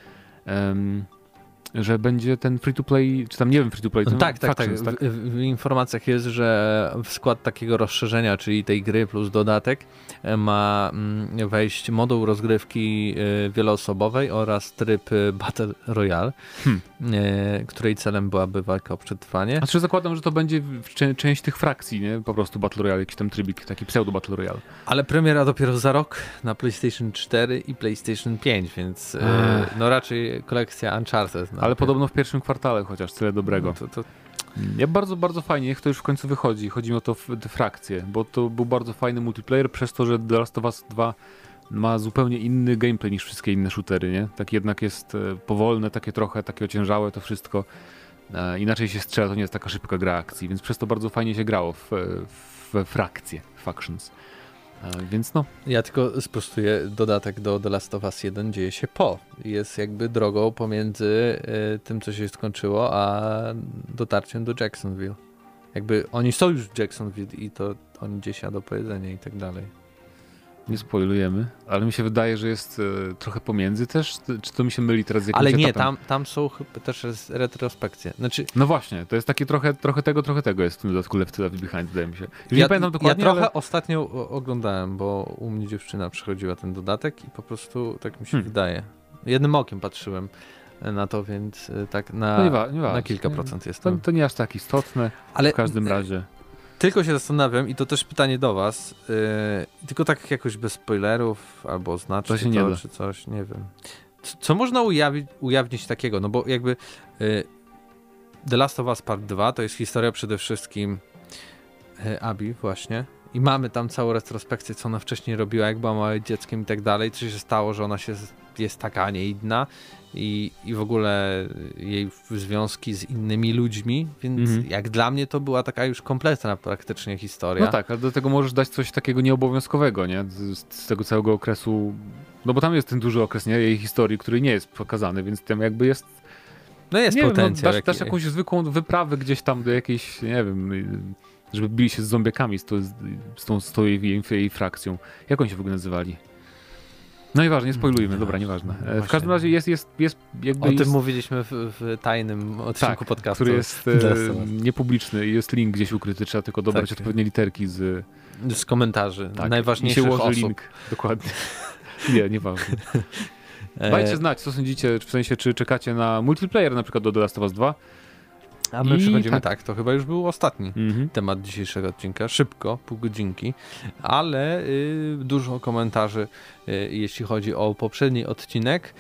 em, że będzie ten free-to-play, czy tam nie wiem free-to-play, No to tak, tak, tak. Factions, W, w, w informacjach jest, że w skład takiego rozszerzenia, czyli tej gry plus dodatek, e, ma mm, wejść moduł rozgrywki e, wieloosobowej oraz tryb e, Battle Royale, Hmm. e, której celem byłaby walka o przetrwanie. Znaczy zakładam, że to będzie w- cze- część tych frakcji, nie? Po prostu Battle Royale, jakiś tam trybik, taki pseudo Battle Royale. Ale premiera dopiero za rok na PlayStation cztery i PlayStation pięć, więc e, Ech. no raczej kolekcja Uncharted. No. Ale podobno w pierwszym kwartale chociaż, tyle dobrego. No, to, to, Ja bardzo, bardzo fajnie, niech to już w końcu wychodzi. Chodzi mi o to w, te frakcje, bo to był bardzo fajny multiplayer przez to, że The Last of Us dwa ma zupełnie inny gameplay niż wszystkie inne shootery, nie? Tak jednak jest e, powolne, takie trochę, takie ociężałe to wszystko. E, inaczej się strzela, to nie jest taka szybka gra akcji, więc przez to bardzo fajnie się grało w, w frakcje, factions. E, więc no, Ja tylko sprostuję, dodatek do The Last of Us jeden dzieje się po. Jest jakby drogą pomiędzy y, tym, co się skończyło, a dotarciem do Jacksonville. Jakby oni są już w Jacksonville i to oni gdzieś jadą po jedzenie i tak dalej. nie spoilujemy, ale mi się wydaje, że jest e, trochę pomiędzy też, czy to mi się myli teraz z jakimś Ale nie, etapem? tam, tam są chyba też res- retrospekcje. Znaczy, No właśnie, to jest takie trochę, trochę tego, trochę tego jest w tym dodatku Left Left Behind, wydaje mi się. Już ja, nie pamiętam dokładnie, ja trochę ale... ostatnio o- oglądałem, bo u mnie dziewczyna przechodziła ten dodatek i po prostu tak mi się Hmm. wydaje. Jednym okiem patrzyłem. na to, więc tak na, no nie wa- nie na kilka nie, procent jest to, to. to nie aż tak istotne, ale w każdym razie. Tylko się zastanawiam i to też pytanie do was, yy, tylko tak jakoś bez spoilerów albo oznaczcie to, się nie to da. czy coś, nie wiem. Co, co można ujawnić, ujawnić takiego, no bo jakby yy, The Last of Us Part dwa to jest historia przede wszystkim yy, Abby właśnie i mamy tam całą retrospekcję, co ona wcześniej robiła, jak była małym dzieckiem i tak dalej, co się stało, że ona się jest taka, a nie inna i, i w ogóle jej związki z innymi ludźmi, więc mhm. jak dla mnie to była taka już kompletna praktycznie historia. No tak, ale do tego możesz dać coś takiego nieobowiązkowego, nie? Z, z tego całego okresu, no bo tam jest ten duży okres, nie? Jej historii, który nie jest pokazany, więc tam jakby jest no jest nie potencjał. Wiem, no, dasz, dasz jakąś zwykłą wyprawę gdzieś tam do jakiejś, nie wiem, żeby bili się z zombiakami z, to, z, z tą, z tą jej, jej, jej frakcją. Jak oni się w ogóle nazywali? No nieważne, nie spoilujmy, dobra, nieważne. W każdym razie jest, jest, jest jakby... O tym jest... mówiliśmy w, w tajnym odcinku tak, podcastu. który jest e, niepubliczny i jest link gdzieś ukryty, trzeba tylko dobrać tak. odpowiednie literki z... Z komentarzy, tak. najważniejszych I się ułoży osób. link, dokładnie. nie, nieważne. Dajcie znać, co sądzicie, w sensie, czy czekacie na multiplayer na przykład do The Last of Us dwa. A my I przechodzimy, tak. tak, to chyba już był ostatni mm-hmm. temat dzisiejszego odcinka, szybko, pół godzinki, ale y, dużo komentarzy, y, jeśli chodzi o poprzedni odcinek.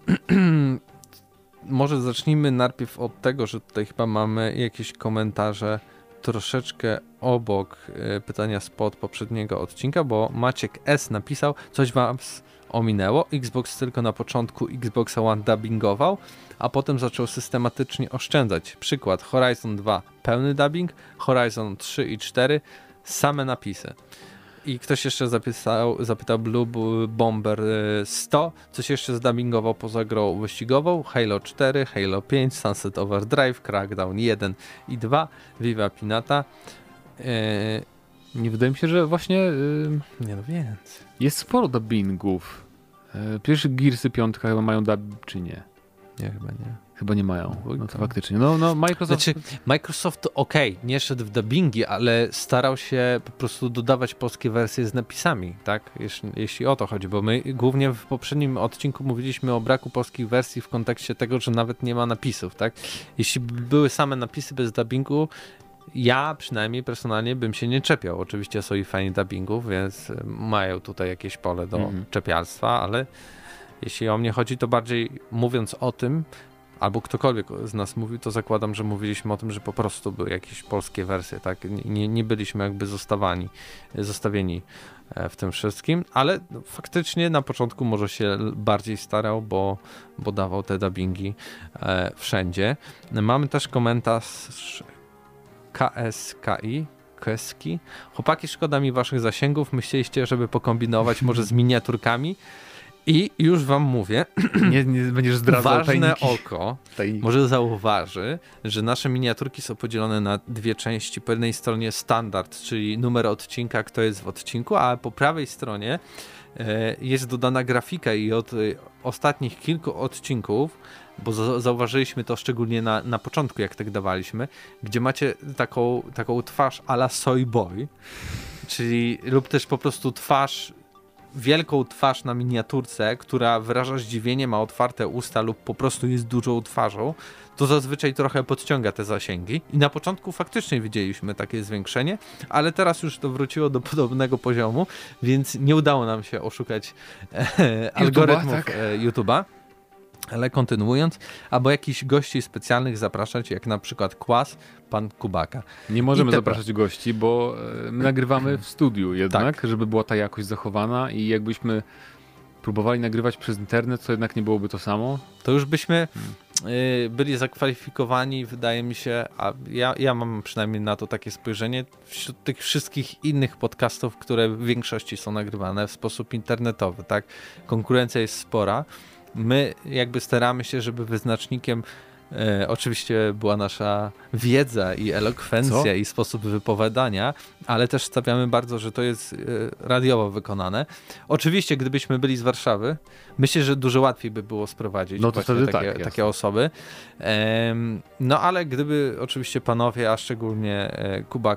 Może zacznijmy najpierw od tego, że tutaj chyba mamy jakieś komentarze troszeczkę obok y, pytania spod poprzedniego odcinka, bo Maciek S. napisał, coś wam ominęło, Xbox tylko na początku Xbox One dubbingował, a potem zaczął systematycznie oszczędzać. Przykład Horizon dwa pełny dubbing, Horizon trzy i cztery same napisy. I ktoś jeszcze zapisał, zapytał Blue Bomber sto, coś jeszcze zdubbingował poza grą wyścigową, Halo cztery, Halo pięć, Sunset Overdrive, Crackdown jeden i dwa, Viva Pinata. Yy... Nie wydaje mi się, że właśnie yy, nie no więc. Jest sporo dubbingów. Yy, Pierwszy Gearsy piątka chyba mają dubbing, czy nie? Nie, chyba nie. Chyba nie mają. No to faktycznie. No, no Microsoft... Znaczy, Microsoft okej, okay, nie szedł w dubbingi, ale starał się po prostu dodawać polskie wersje z napisami, tak? Jeśli, jeśli o to chodzi, bo my głównie w poprzednim odcinku mówiliśmy o braku polskich wersji w kontekście tego, że nawet nie ma napisów, tak? Jeśli były same napisy bez dubbingu, ja przynajmniej personalnie bym się nie czepiał. Oczywiście są i fani dubbingów, więc mają tutaj jakieś pole do mm. czepialstwa, ale jeśli o mnie chodzi, to bardziej mówiąc o tym, albo ktokolwiek z nas mówił, to zakładam, że mówiliśmy o tym, że po prostu były jakieś polskie wersje, tak? Nie, nie byliśmy jakby zostawani, zostawieni w tym wszystkim, ale faktycznie na początku może się bardziej starał, bo, bo dawał te dubbingi e, wszędzie. Mamy też komentarz K S K I, Keski. Chłopaki, szkoda mi waszych zasięgów, myśleliście, żeby pokombinować może z miniaturkami? I już wam mówię, nie, nie będziesz zdradzał ważne tajniki. oko tajniki. Może zauważy, że nasze miniaturki są podzielone na dwie części. Po jednej stronie standard, czyli numer odcinka, kto jest w odcinku, a po prawej stronie e, jest dodana grafika i od e, ostatnich kilku odcinków, bo za, zauważyliśmy to szczególnie na, na początku, jak tak dawaliśmy, gdzie macie taką, taką twarz a la Soy Boy, czyli lub też po prostu twarz wielką twarz na miniaturce, która wyraża zdziwienie, ma otwarte usta lub po prostu jest dużą twarzą, to zazwyczaj trochę podciąga te zasięgi. I na początku faktycznie widzieliśmy takie zwiększenie, ale teraz już to wróciło do podobnego poziomu, więc nie udało nam się oszukać e, algorytmów tak. e, YouTube'a. Ale kontynuując, albo jakichś gości specjalnych zapraszać, jak na przykład Kłas, pan Kubaka. Nie możemy zapraszać gości, bo my nagrywamy w studiu jednak, tak. żeby była ta jakość zachowana i jakbyśmy próbowali nagrywać przez internet, to jednak nie byłoby to samo. To już byśmy y, byli zakwalifikowani, wydaje mi się, a ja, ja mam przynajmniej na to takie spojrzenie, wśród tych wszystkich innych podcastów, które w większości są nagrywane w sposób internetowy, tak? Konkurencja jest spora. My jakby staramy się, żeby wyznacznikiem e, oczywiście była nasza wiedza i elokwencja Co? i sposób wypowiadania, ale też stawiamy bardzo, że to jest e, radiowo wykonane. Oczywiście, gdybyśmy byli z Warszawy, myślę, że dużo łatwiej by było sprowadzić no to wtedy takie, tak, takie osoby. E, no ale gdyby oczywiście panowie, a szczególnie e, Kubaka,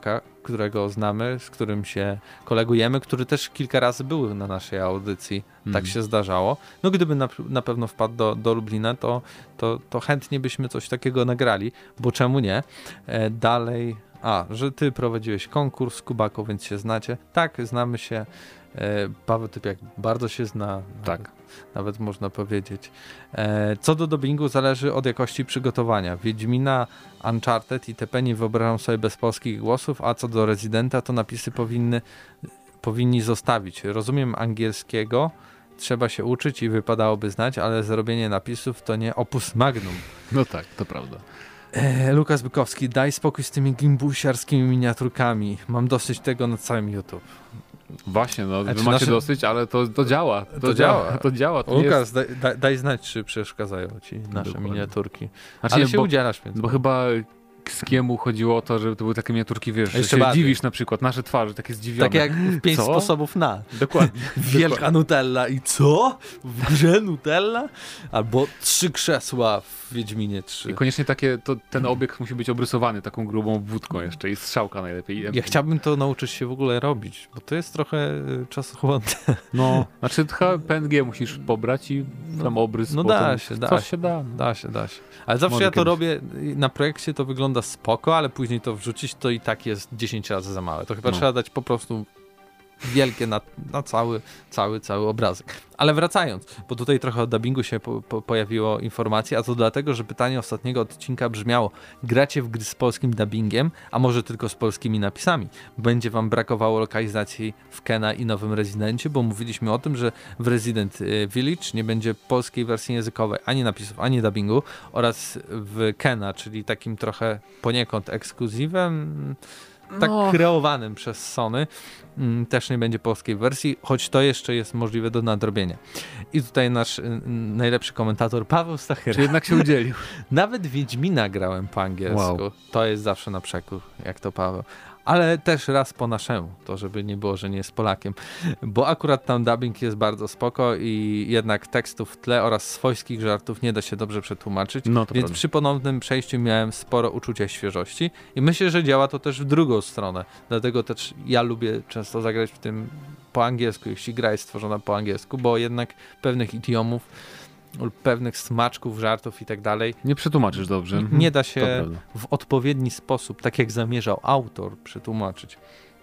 którego znamy, z którym się kolegujemy, który też kilka razy był na naszej audycji. Mm. Tak się zdarzało. No gdyby na, na pewno wpadł do, do Lublina, to, to, to chętnie byśmy coś takiego nagrali, bo czemu nie? E, dalej, a, że ty prowadziłeś konkurs Kubako, więc się znacie. Tak, znamy się. E, Paweł Typiak bardzo się zna. Tak. Nawet, nawet można powiedzieć. E, co do dubbingu zależy od jakości przygotowania. Wiedźmina, Uncharted i T P nie wyobrażam sobie bez polskich głosów, a co do Residenta, to napisy powinny, powinni zostawić. Rozumiem angielskiego, trzeba się uczyć i wypadałoby znać, ale zrobienie napisów to nie opus magnum. No tak, to prawda. E, Lukas Bykowski, daj spokój z tymi gimbusiarskimi miniaturkami. Mam dosyć tego na całym YouTube. Właśnie, no Znaczy wy macie nasze... dosyć, ale to, to działa. To, To działa. działa. To działa. To Łukasz, jest... daj, daj, daj znać, czy przeszkadzają ci nasze Dokładnie. miniaturki. Znaczy, Ale nie, się bo, udzielasz, więc... bo chyba Skiemu chodziło o to, żeby to były takie miniaturki, wiesz, że Jeszcze się bardziej. dziwisz na przykład, nasze twarze takie zdziwione. Tak jak w pięć Co? sposobów na. Dokładnie. Wielka Dokładnie. Nutella i co? W grze Nutella? Albo trzy krzesła w Wiedźminie trzy. I koniecznie takie, to ten obiekt musi być obrysowany taką grubą wódką jeszcze i strzałka najlepiej. Ja chciałbym to nauczyć się w ogóle robić, bo to jest trochę y, czasochłonne. No, znaczy chyba P N G musisz pobrać i tam obrys No potem. da się, da Coś się. się da. Da się, da się. Ale zawsze Może ja to kiedyś. robię, na projekcie to wygląda spoko, ale później to wrzucić to i tak jest dziesięć razy za małe. To chyba No. trzeba dać po prostu wielkie na, na cały, cały, cały obrazek. Ale wracając, bo tutaj trochę o dubbingu się po, po, pojawiło informacji, a to dlatego, że pytanie ostatniego odcinka brzmiało: gracie w gry z polskim dubbingiem, a może tylko z polskimi napisami? Będzie wam brakowało lokalizacji w Kena i nowym Residencie, bo mówiliśmy o tym, że w Resident Village nie będzie polskiej wersji językowej, ani napisów, ani dubbingu, oraz w Kena, czyli takim trochę poniekąd ekskluzywem, tak No. kreowanym przez Sony, mm, też nie będzie polskiej wersji, choć to jeszcze jest możliwe do nadrobienia. I tutaj nasz y, najlepszy komentator Paweł Stachyra. Czy jednak się udzielił? Nawet Wiedźmina grałem po angielsku. Wow. To jest zawsze na przekór, jak to Paweł. Ale też raz po naszemu, to żeby nie było, że nie jest Polakiem. Bo akurat tam dubbing jest bardzo spoko i jednak tekstów w tle oraz swojskich żartów nie da się dobrze przetłumaczyć. No to Więc prawda. przy ponownym przejściu miałem sporo uczucia świeżości i myślę, że działa to też w drugą stronę. Dlatego też ja lubię często zagrać w tym po angielsku, jeśli gra jest stworzona po angielsku, bo jednak pewnych idiomów lub pewnych smaczków, żartów i tak dalej Nie przetłumaczysz dobrze. Mhm. nie da To się prawda. w odpowiedni sposób, tak jak zamierzał autor, przetłumaczyć.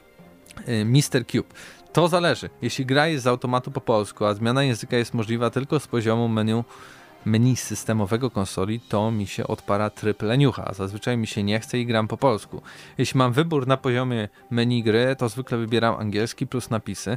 Y, mister Cube. To zależy. Jeśli gra jest z automatu po polsku, a zmiana języka jest możliwa tylko z poziomu menu menu systemowego konsoli, to mi się odpala tryb leniucha, a zazwyczaj mi się nie chce i gram po polsku. Jeśli mam wybór na poziomie menu gry, to zwykle wybieram angielski plus napisy.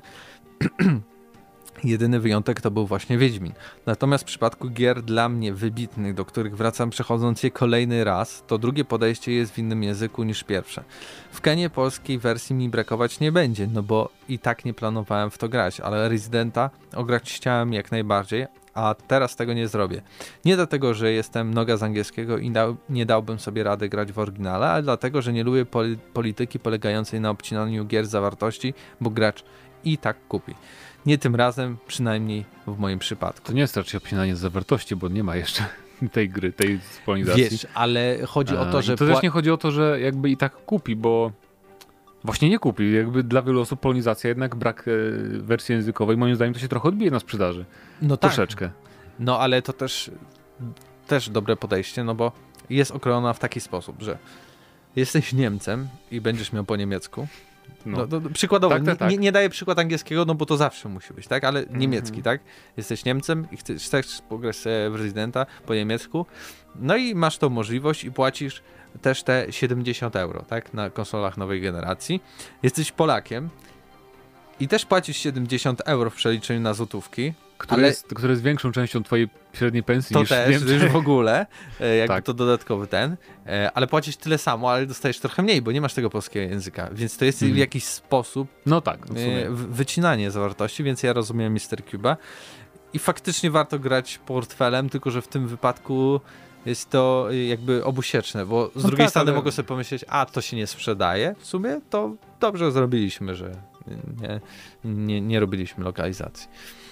Jedyny wyjątek to był właśnie Wiedźmin. Natomiast w przypadku gier dla mnie wybitnych, do których wracam przechodząc je kolejny raz, to drugie podejście jest w innym języku niż pierwsze. W Kenie polskiej wersji mi brakować nie będzie, no bo i tak nie planowałem w to grać, ale Residenta ograć chciałem jak najbardziej, a teraz tego nie zrobię. Nie dlatego, że jestem noga z angielskiego i dał, nie dałbym sobie rady grać w oryginale, ale dlatego, że nie lubię poli- polityki polegającej na obcinaniu gier z zawartości, bo gracz i tak kupi. Nie tym razem, przynajmniej w moim przypadku. To nie jest raczej obcinanie z zawartości, bo nie ma jeszcze tej gry, tej polonizacji. Wiesz, ale chodzi o to, że... To pła- też nie chodzi o to, że jakby i tak kupi, bo właśnie nie kupi. Jakby dla wielu osób polonizacja, jednak brak e, wersji językowej, moim zdaniem to się trochę odbije na sprzedaży. No tak, Troszeczkę. no ale to też, też dobre podejście, no bo jest okrojona w taki sposób, że jesteś Niemcem i będziesz miał po niemiecku. No. No, to, to przykładowo, Tak, tak, nie, tak. nie, nie daję przykład angielskiego, no bo to zawsze musi być, tak? Ale niemiecki, Mhm. tak? Jesteś Niemcem i chcesz, chcesz pograć sobie w Residenta po niemiecku, no i masz tą możliwość i płacisz też te siedemdziesiąt euro, tak? Na konsolach nowej generacji. Jesteś Polakiem i też płacisz siedemdziesiąt euro w przeliczeniu na złotówki, Które, ale- jest, które jest większą częścią twojej średniej pensji to niż też, w Niemczech. już w ogóle, e, jakby Tak. to dodatkowy ten, e, ale płacisz tyle samo, ale dostajesz trochę mniej, bo nie masz tego polskiego języka, więc to jest Mhm. w jakiś sposób No tak, w sumie. e, w- wycinanie zawartości, więc ja rozumiem mister Cube'a i faktycznie warto grać portfelem, tylko że w tym wypadku jest to e, jakby obusieczne, bo z No drugiej tak, strony ale- mogę sobie pomyśleć, a to się nie sprzedaje, w sumie to dobrze zrobiliśmy, że nie, nie, nie robiliśmy lokalizacji.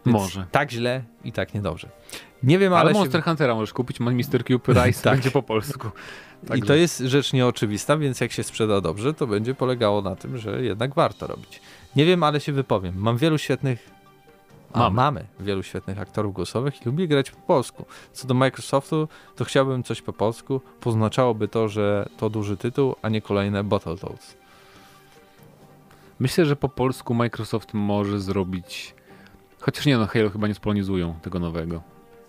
Więc Może. tak źle i tak niedobrze. Nie wiem, Ale, ale, ale się... Monster Huntera możesz kupić, mister Cube Rise Tak. będzie po polsku. I to jest rzecz nieoczywista, więc jak się sprzeda dobrze, to będzie polegało na tym, że jednak warto robić. Nie wiem, ale się wypowiem. Mam wielu świetnych... A, Mamy. mamy wielu świetnych aktorów głosowych i lubię grać po polsku. Co do Microsoftu, to chciałbym coś po polsku. Poznaczałoby to, że to duży tytuł, a nie kolejne Battletoads. Myślę, że po polsku Microsoft może zrobić... Chociaż nie, no Halo chyba nie spolonizują tego nowego.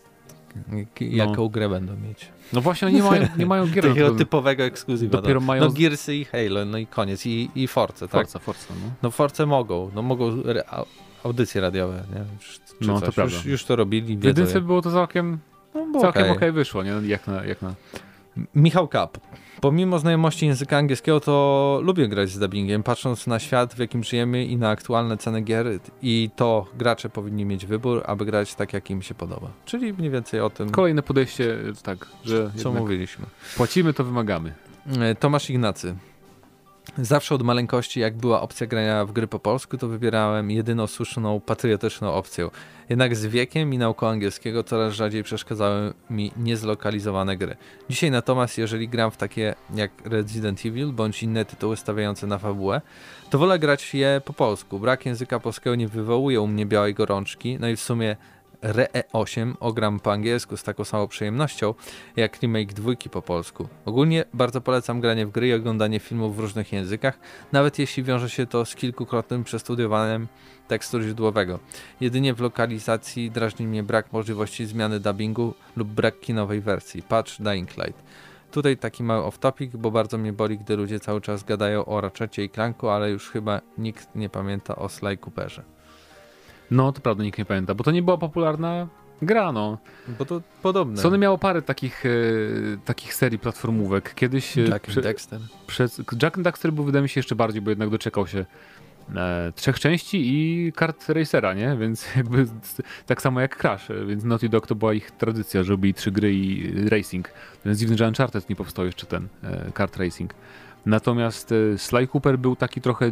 Jak, jaką grę będą mieć? No właśnie, oni nie mają, nie mają gier. Takiego to... typowego ekskluzywa. Dopiero no, mają... no Gearsy i Halo, no i koniec. I, i Forza, tak? Forza, Forza, no. No Force mogą. No mogą re- audycje radiowe, nie? Czy, czy No, coś. to prawda. Już, już to robili, W wiedzą. jedynce było to całkiem, No, było całkiem okej okej. okay wyszło, nie? Jak na, jak na... Michał Kap. Pomimo znajomości języka angielskiego, to lubię grać z dubbingiem, patrząc na świat, w jakim żyjemy i na aktualne ceny gier, i to gracze powinni mieć wybór, aby grać tak, jak im się podoba. Czyli mniej więcej o tym, Kolejne podejście, tak, że co jednak mówiliśmy. płacimy, to wymagamy. E, Tomasz Ignacy. Zawsze od maleńkości, jak była opcja grania w gry po polsku, to wybierałem jedyną słuszną, patriotyczną opcję. Jednak z wiekiem i nauką angielskiego coraz rzadziej przeszkadzały mi niezlokalizowane gry. Dzisiaj natomiast, jeżeli gram w takie jak Resident Evil bądź inne tytuły stawiające na fabułę, to wolę grać je po polsku. Brak języka polskiego nie wywołuje u mnie białej gorączki, no i w sumie Re osiem ogram po angielsku z taką samą przyjemnością jak remake dwójki po polsku. Ogólnie bardzo polecam granie w gry i oglądanie filmów w różnych językach, nawet jeśli wiąże się to z kilkukrotnym przestudiowaniem tekstu źródłowego. Jedynie w lokalizacji drażni mnie brak możliwości zmiany dubbingu lub brak kinowej wersji. Patch Dying Light. Tutaj taki mały off-topic, bo bardzo mnie boli, gdy ludzie cały czas gadają o Ratchetie i Clanku, ale już chyba nikt nie pamięta o Sly Cooperze. No, to prawda, nikt nie pamięta, bo to nie była popularna gra, no. Bo to podobne. Sony miało parę takich, e, takich serii platformówek. Kiedyś... e, Jack prze- and Dexter. Przez, Jack and Daxter był, wydaje mi się, jeszcze bardziej, bo jednak doczekał się e, trzech części i kart Racera, nie? Więc jakby s- tak samo jak Crash, e, więc Naughty Dog to była ich tradycja, że robili trzy gry i racing. Więc dziwne, że Uncharted nie powstał jeszcze ten e, kart racing. Natomiast e, Sly Cooper był taki trochę,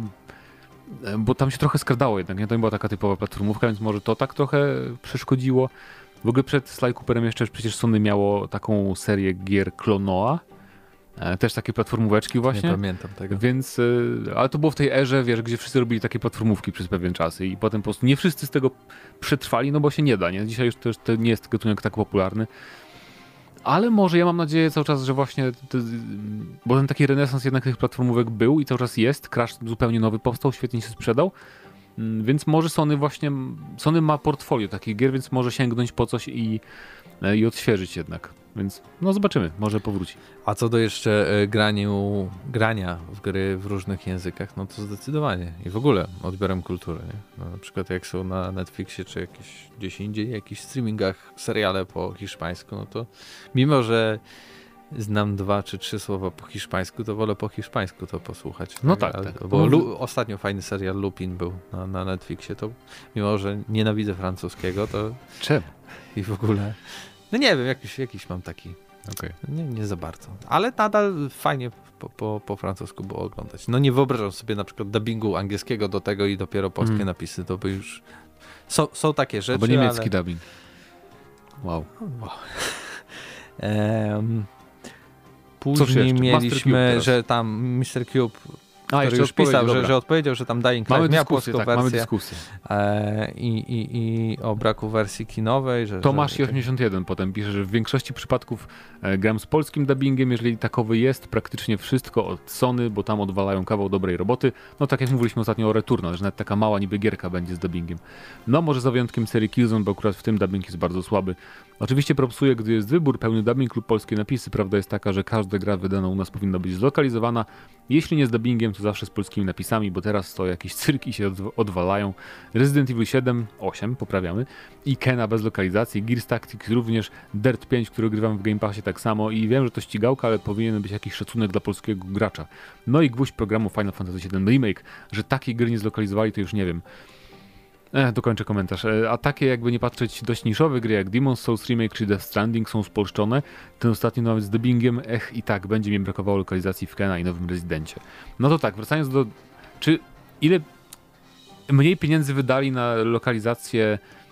e, bo tam się trochę skradało jednak, nie? To nie była taka typowa platformówka, więc może to tak trochę przeszkodziło. W ogóle przed Sly Cooperem jeszcze przecież Sony miało taką serię gier Klonoa, e, też takie platformóweczki właśnie. Nie pamiętam tego. Więc, y, ale to było w tej erze, wiesz, gdzie wszyscy robili takie platformówki przez pewien czas i potem po prostu nie wszyscy z tego przetrwali, no bo się nie da, nie? Dzisiaj już też to nie jest gatunek tak popularny. Ale może ja mam nadzieję cały czas, że właśnie, te, bo ten taki renesans jednak tych platformówek był i cały czas jest. Crash zupełnie nowy powstał, świetnie się sprzedał. Mm, Więc może Sony właśnie, Sony ma portfolio takich gier, więc może sięgnąć po coś i, e, i odświeżyć jednak. Więc no zobaczymy, może powróci. A co do jeszcze e, graniu, grania w gry w różnych językach, no to zdecydowanie. I w ogóle odbiorem kultury. Nie? No, na przykład jak są na Netflixie czy jakieś gdzieś indziej, jakichś streamingach seriale po hiszpańsku, no to mimo, że znam dwa czy trzy słowa po hiszpańsku, to wolę po hiszpańsku to posłuchać. No tak, Ale- tak. Bo No, Lu- ostatnio fajny serial Lupin był na, na Netflixie, to mimo, że nienawidzę francuskiego, to Czemu? i w ogóle, no nie wiem, jakiś, jakiś mam taki, Okej. nie, nie za bardzo, ale nadal fajnie po, po, po francusku było oglądać. No nie wyobrażam sobie na przykład dubbingu angielskiego do tego i dopiero polskie Mm. napisy, to by już, są, są takie rzeczy, Albo niemiecki ale... dubbing. Wow. Wow. Em, Cóż Później jeszcze? Master Cube mieliśmy, teraz. że tam mister Cube, A, który już pisał, że, że odpowiedział, że tam Dying Mamy Light miał dyskusję, polską tak, mamy wersję dyskusję. e, i, i, i o braku wersji kinowej. Że, Tomasz że, osiemdziesiąt jeden potem pisze, że w większości przypadków e, gram z polskim dubbingiem, jeżeli takowy jest, praktycznie wszystko od Sony, bo tam odwalają kawał dobrej roboty. No tak jak mówiliśmy ostatnio o Returnal, że nawet taka mała niby gierka będzie z dubbingiem. No może za wyjątkiem serii Killzone, bo akurat w tym dubbing jest bardzo słaby. Oczywiście propsuję, gdy jest wybór, pełny dubbing lub polskie napisy. Prawda jest taka, że każda gra wydana u nas powinna być zlokalizowana. Jeśli nie z dubbingiem, to zawsze z polskimi napisami, bo teraz to jakieś cyrki się odw- odwalają. Resident Evil siedem, osiem, poprawiamy. I Kena bez lokalizacji, Gears Tactics również, Dirt pięć, który grywam w Game Passie tak samo i wiem, że to ścigałka, ale powinien być jakiś szacunek dla polskiego gracza. No i gwóźdź programu Final Fantasy siedem Remake, że takiej gry nie zlokalizowali, to już nie wiem. E, dokończę komentarz. E, a takie, jakby nie patrzeć, dość niszowe gry jak Demon's Souls Remake czy Death Stranding są spolszczone. Ten ostatni nawet z dubbingiem, ech i tak, będzie mi brakowało lokalizacji w Kena i nowym Rezydencie. No to tak, wracając do... Czy ile mniej pieniędzy wydali na lokalizację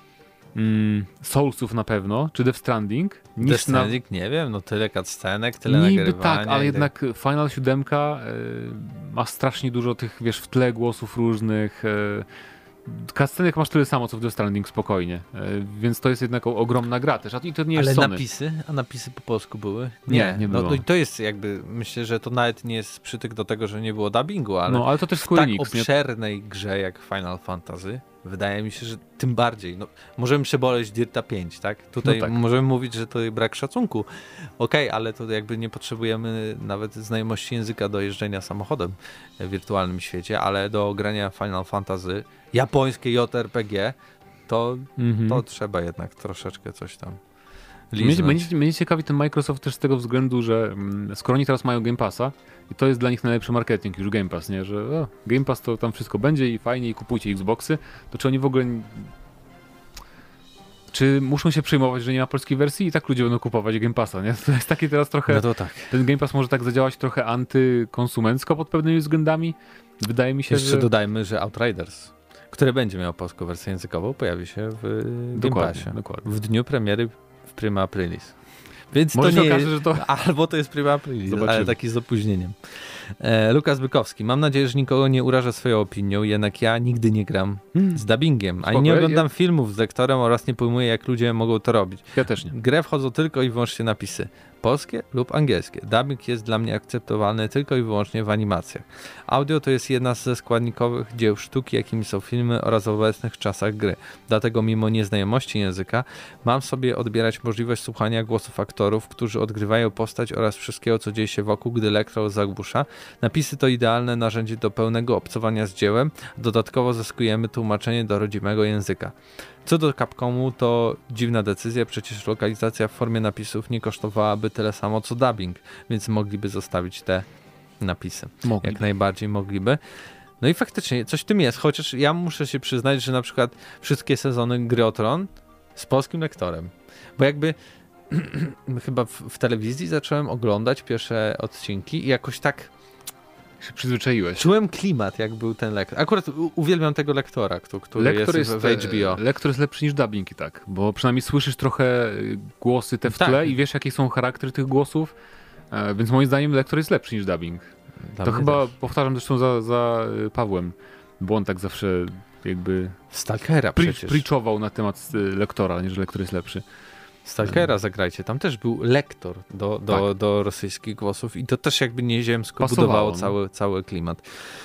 mm, Soulsów na pewno, czy Death Stranding. Death Niż Stranding, nie wiem, no tyle cutscenek, tyle na... Niby nagrywania. tak, ale i jednak Final siedem y, ma strasznie dużo tych, wiesz, w tle głosów różnych. Y, Cutscenek masz tyle samo, co w Death Stranding, spokojnie. Y, więc to jest jednak o, ogromna gra też. A i to nie jest Ale Sony. napisy? A napisy po polsku były? Nie, nie było. No, no i to jest jakby, myślę, że to nawet nie jest przytyk do tego, że nie było dubbingu, ale, no, ale to też w Square tak Enix, nie? obszernej grze jak Final Fantasy, wydaje mi się, że tym bardziej. No, możemy przeboleć Dirta pięć, tak? Tutaj No tak. możemy mówić, że to brak szacunku. Okej, okay, ale to jakby nie potrzebujemy nawet znajomości języka do jeżdżenia samochodem w wirtualnym świecie, ale do grania Final Fantasy, japońskie J R P G, to, Mhm. to trzeba jednak troszeczkę coś tam Mnie, liznąć. mnie, mnie ciekawi ten Microsoft też z tego względu, że mm, skoro oni teraz mają Game Passa i to jest dla nich najlepszy marketing już Game Pass, nie? Że o, Game Pass to tam wszystko będzie i fajnie i kupujcie Xboxy, to czy oni w ogóle... Czy muszą się przejmować, że nie ma polskiej wersji i tak ludzie będą kupować Game Passa, nie? To jest taki teraz trochę... No to tak. Ten Game Pass może tak zadziałać trochę antykonsumencko pod pewnymi względami. Wydaje mi się, Jeszcze że... dodajmy, że Outriders, które będzie miało polską wersję językową, pojawi się w Game Dokładnie, Passie. dokładnie. W dniu premiery w Prima Aprilis. Więc Może to się nie okaże, jest... że to... Albo to jest Prima Aprilis, Zobaczymy. ale taki z opóźnieniem. E, Lukas Bykowski. Mam nadzieję, że nikogo nie urażę swoją opinią, jednak ja nigdy nie gram z dubbingiem, ani Spoko, nie ja- oglądam filmów z lektorem oraz nie pojmuję, jak ludzie mogą to robić. Ja też nie. W grę wchodzą tylko i wyłącznie napisy. Polskie lub angielskie. Dubbing jest dla mnie akceptowalny tylko i wyłącznie w animacjach. Audio to jest jedna ze składnikowych dzieł sztuki, jakimi są filmy oraz w obecnych czasach gry. Dlatego mimo nieznajomości języka mam sobie odbierać możliwość słuchania głosów aktorów, którzy odgrywają postać oraz wszystkiego, co dzieje się wokół, gdy lektor zagłusza. Napisy to idealne narzędzie do pełnego obcowania z dziełem. Dodatkowo zyskujemy tłumaczenie do rodzimego języka. Co do Capcomu, to dziwna decyzja, przecież lokalizacja w formie napisów nie kosztowałaby tyle samo co dubbing, więc mogliby zostawić te napisy. Mogli. Jak najbardziej mogliby. No i faktycznie coś w tym jest, chociaż ja muszę się przyznać, że na przykład wszystkie sezony Gry o Tron z polskim lektorem, bo jakby chyba w, w telewizji zacząłem oglądać pierwsze odcinki i jakoś tak Się przyzwyczaiłeś. czułem klimat, jak był ten lektor. Akurat u- uwielbiam tego lektora, który, który Lektor jest, jest, w H B O. e, lektor jest lepszy niż dubbing i tak, bo przynajmniej słyszysz trochę y, głosy te w Tak. tle i wiesz, jakie są charaktery tych głosów, e, więc moim zdaniem lektor jest lepszy niż dubbing. Dla to mnie chyba też. powtarzam zresztą za, za y, Pawłem, bo on tak zawsze jakby Stalkera pre- przecież. preachował na temat y, lektora, nie że lektor jest lepszy. Stalkera zagrajcie. Tam też był lektor do, do, Tak. do rosyjskich głosów i to też jakby nieziemsko Pasowało, budowało no. cały, cały klimat.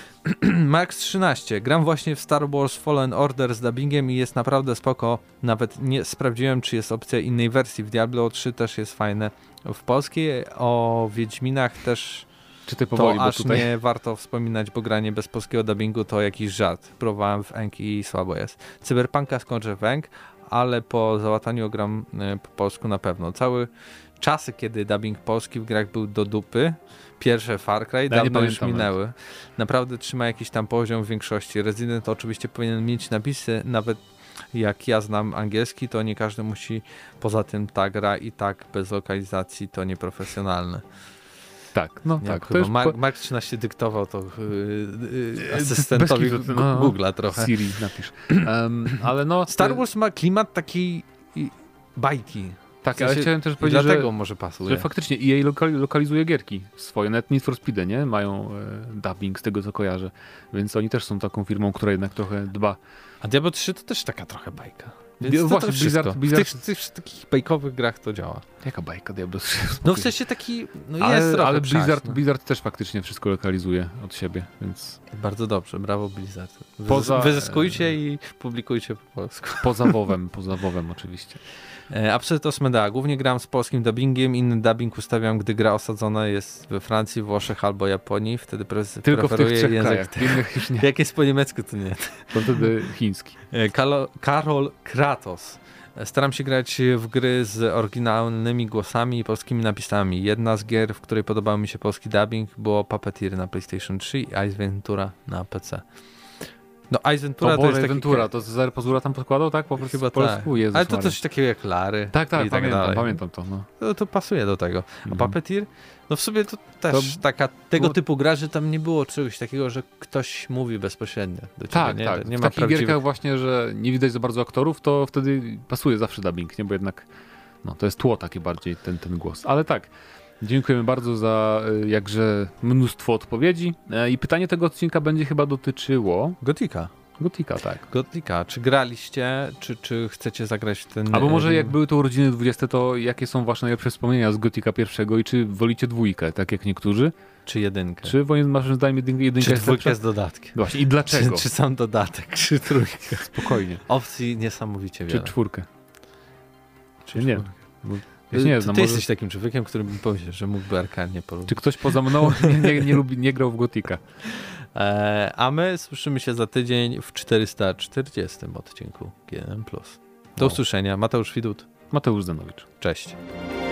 Max trzynaście. Gram właśnie w Star Wars Fallen Order z dubbingiem i jest naprawdę spoko. Nawet nie sprawdziłem, czy jest opcja innej wersji. W Diablo trzy też jest fajne. W polskiej o Wiedźminach też Czy ty to powoli, bo aż tutaj... nie warto wspominać, bo granie bez polskiego dubbingu to jakiś żart. Próbowałem w Enk i słabo jest. Cyberpunka skończę w Enk, ale po załataniu gram y, po polsku na pewno. Całe czasy, kiedy dubbing polski w grach był do dupy, pierwsze Far Cry nie dawno już pamiętam minęły. Naprawdę trzyma jakiś tam poziom w większości. Resident oczywiście powinien mieć napisy, nawet jak ja znam angielski, to nie każdy musi. Poza tym ta gra i tak bez lokalizacji to nieprofesjonalne. Tak, no Nie, tak. To chyba już Ma- po... Max trzynaście dyktował to yy, yy, Bez asystentowi kitu, Gu- no. Google'a trochę. Siri napisz. Um, ale no... Star Wars ma klimat takiej i- bajki. Tak, W sensie ale chciałem też I powiedzieć, dlatego że... może pasuje. Że faktycznie E A lokali- lokalizuje gierki swoje, nawet Need for Speed, nie? Mają e, dubbing z tego co kojarzę, więc oni też są taką firmą, która jednak trochę dba. A Diablo trzy to też taka trochę bajka. Więc Dio- to, właśnie, to wszystko. Blizzard- Blizzard- W tych, tych takich bajkowych grach to działa. Jaka bajka Diablo trzy? No w sensie taki, no jest ale, trochę ale Blizzard, przaśny. Blizzard też faktycznie wszystko lokalizuje od siebie, więc Bardzo dobrze, brawo Blizzard. Wyzys- Poza- Wyzyskujcie i publikujcie po polsku. poza WoWem, poza WoWem oczywiście. E, A przed to Smeda. Głównie gram z polskim dubbingiem, inny dubbing ustawiam, gdy gra osadzona jest we Francji, Włoszech albo Japonii, wtedy pre- Tylko w tych preferuję trzech język. krajach, w innych już nie, Jak jest po niemiecku, to nie. to wtedy chiński. E, Kalo- Karol Kratos. E, Staram się grać w gry z oryginalnymi głosami i polskimi napisami. Jedna z gier, w której podobał mi się polski dubbing, było Puppeteer na PlayStation trzy i Ice Ventura na P C. No Ace Ventura To, to, to jest taki... Ventura, to Cezary Pazura tam podkładał, tak? Po prostu Chyba po polsku? tak. Jezus Ale to Maria. coś takiego jak Lary Tak, tak, i tak pamiętam, dalej. pamiętam to. No. To, to pasuje do tego. A Mhm. Puppeteer? No w sumie to też To taka tego było- typu gra, że tam nie było czegoś takiego, że ktoś mówi bezpośrednio do ciebie. Tak, nie? tak. Nie w ma takich prawdziwych... gierkach właśnie, że nie widać za bardzo aktorów, to wtedy pasuje zawsze dubbing, nie? Bo jednak no, to jest tło takie bardziej, ten, ten głos. Ale tak, dziękujemy bardzo za y, jakże mnóstwo odpowiedzi. E, I pytanie tego odcinka będzie chyba dotyczyło Gotika. Gotika, tak. Gotika. Czy graliście, czy, czy chcecie zagrać w ten... Albo może e, jak były to urodziny dwudzieste, to jakie są wasze najlepsze wspomnienia z Gotika pierwszego i czy wolicie dwójkę, tak jak niektórzy? Czy jedynkę? Czy waszym waszym zdaniem jedynka, jedynka Czy jest dwójkę lepsza? z dodatkiem? Właśnie, i Czy, dlaczego? czy sam dodatek, czy trójkę? Spokojnie. Opcji niesamowicie Czy wiele. czwórkę? Czy nie. czwórkę? Bo ja się nie ty znam. ty Może... jesteś takim człowiekiem, który mi powie, że mógłby Arkanie polubić. Czy ktoś poza mną nie, nie, nie, lubi, nie grał w Gotika? E, a my słyszymy się za tydzień w czterysta czterdziestym odcinku G N M plus. Do O. usłyszenia. Mateusz Widut. Mateusz Zanowicz. Cześć.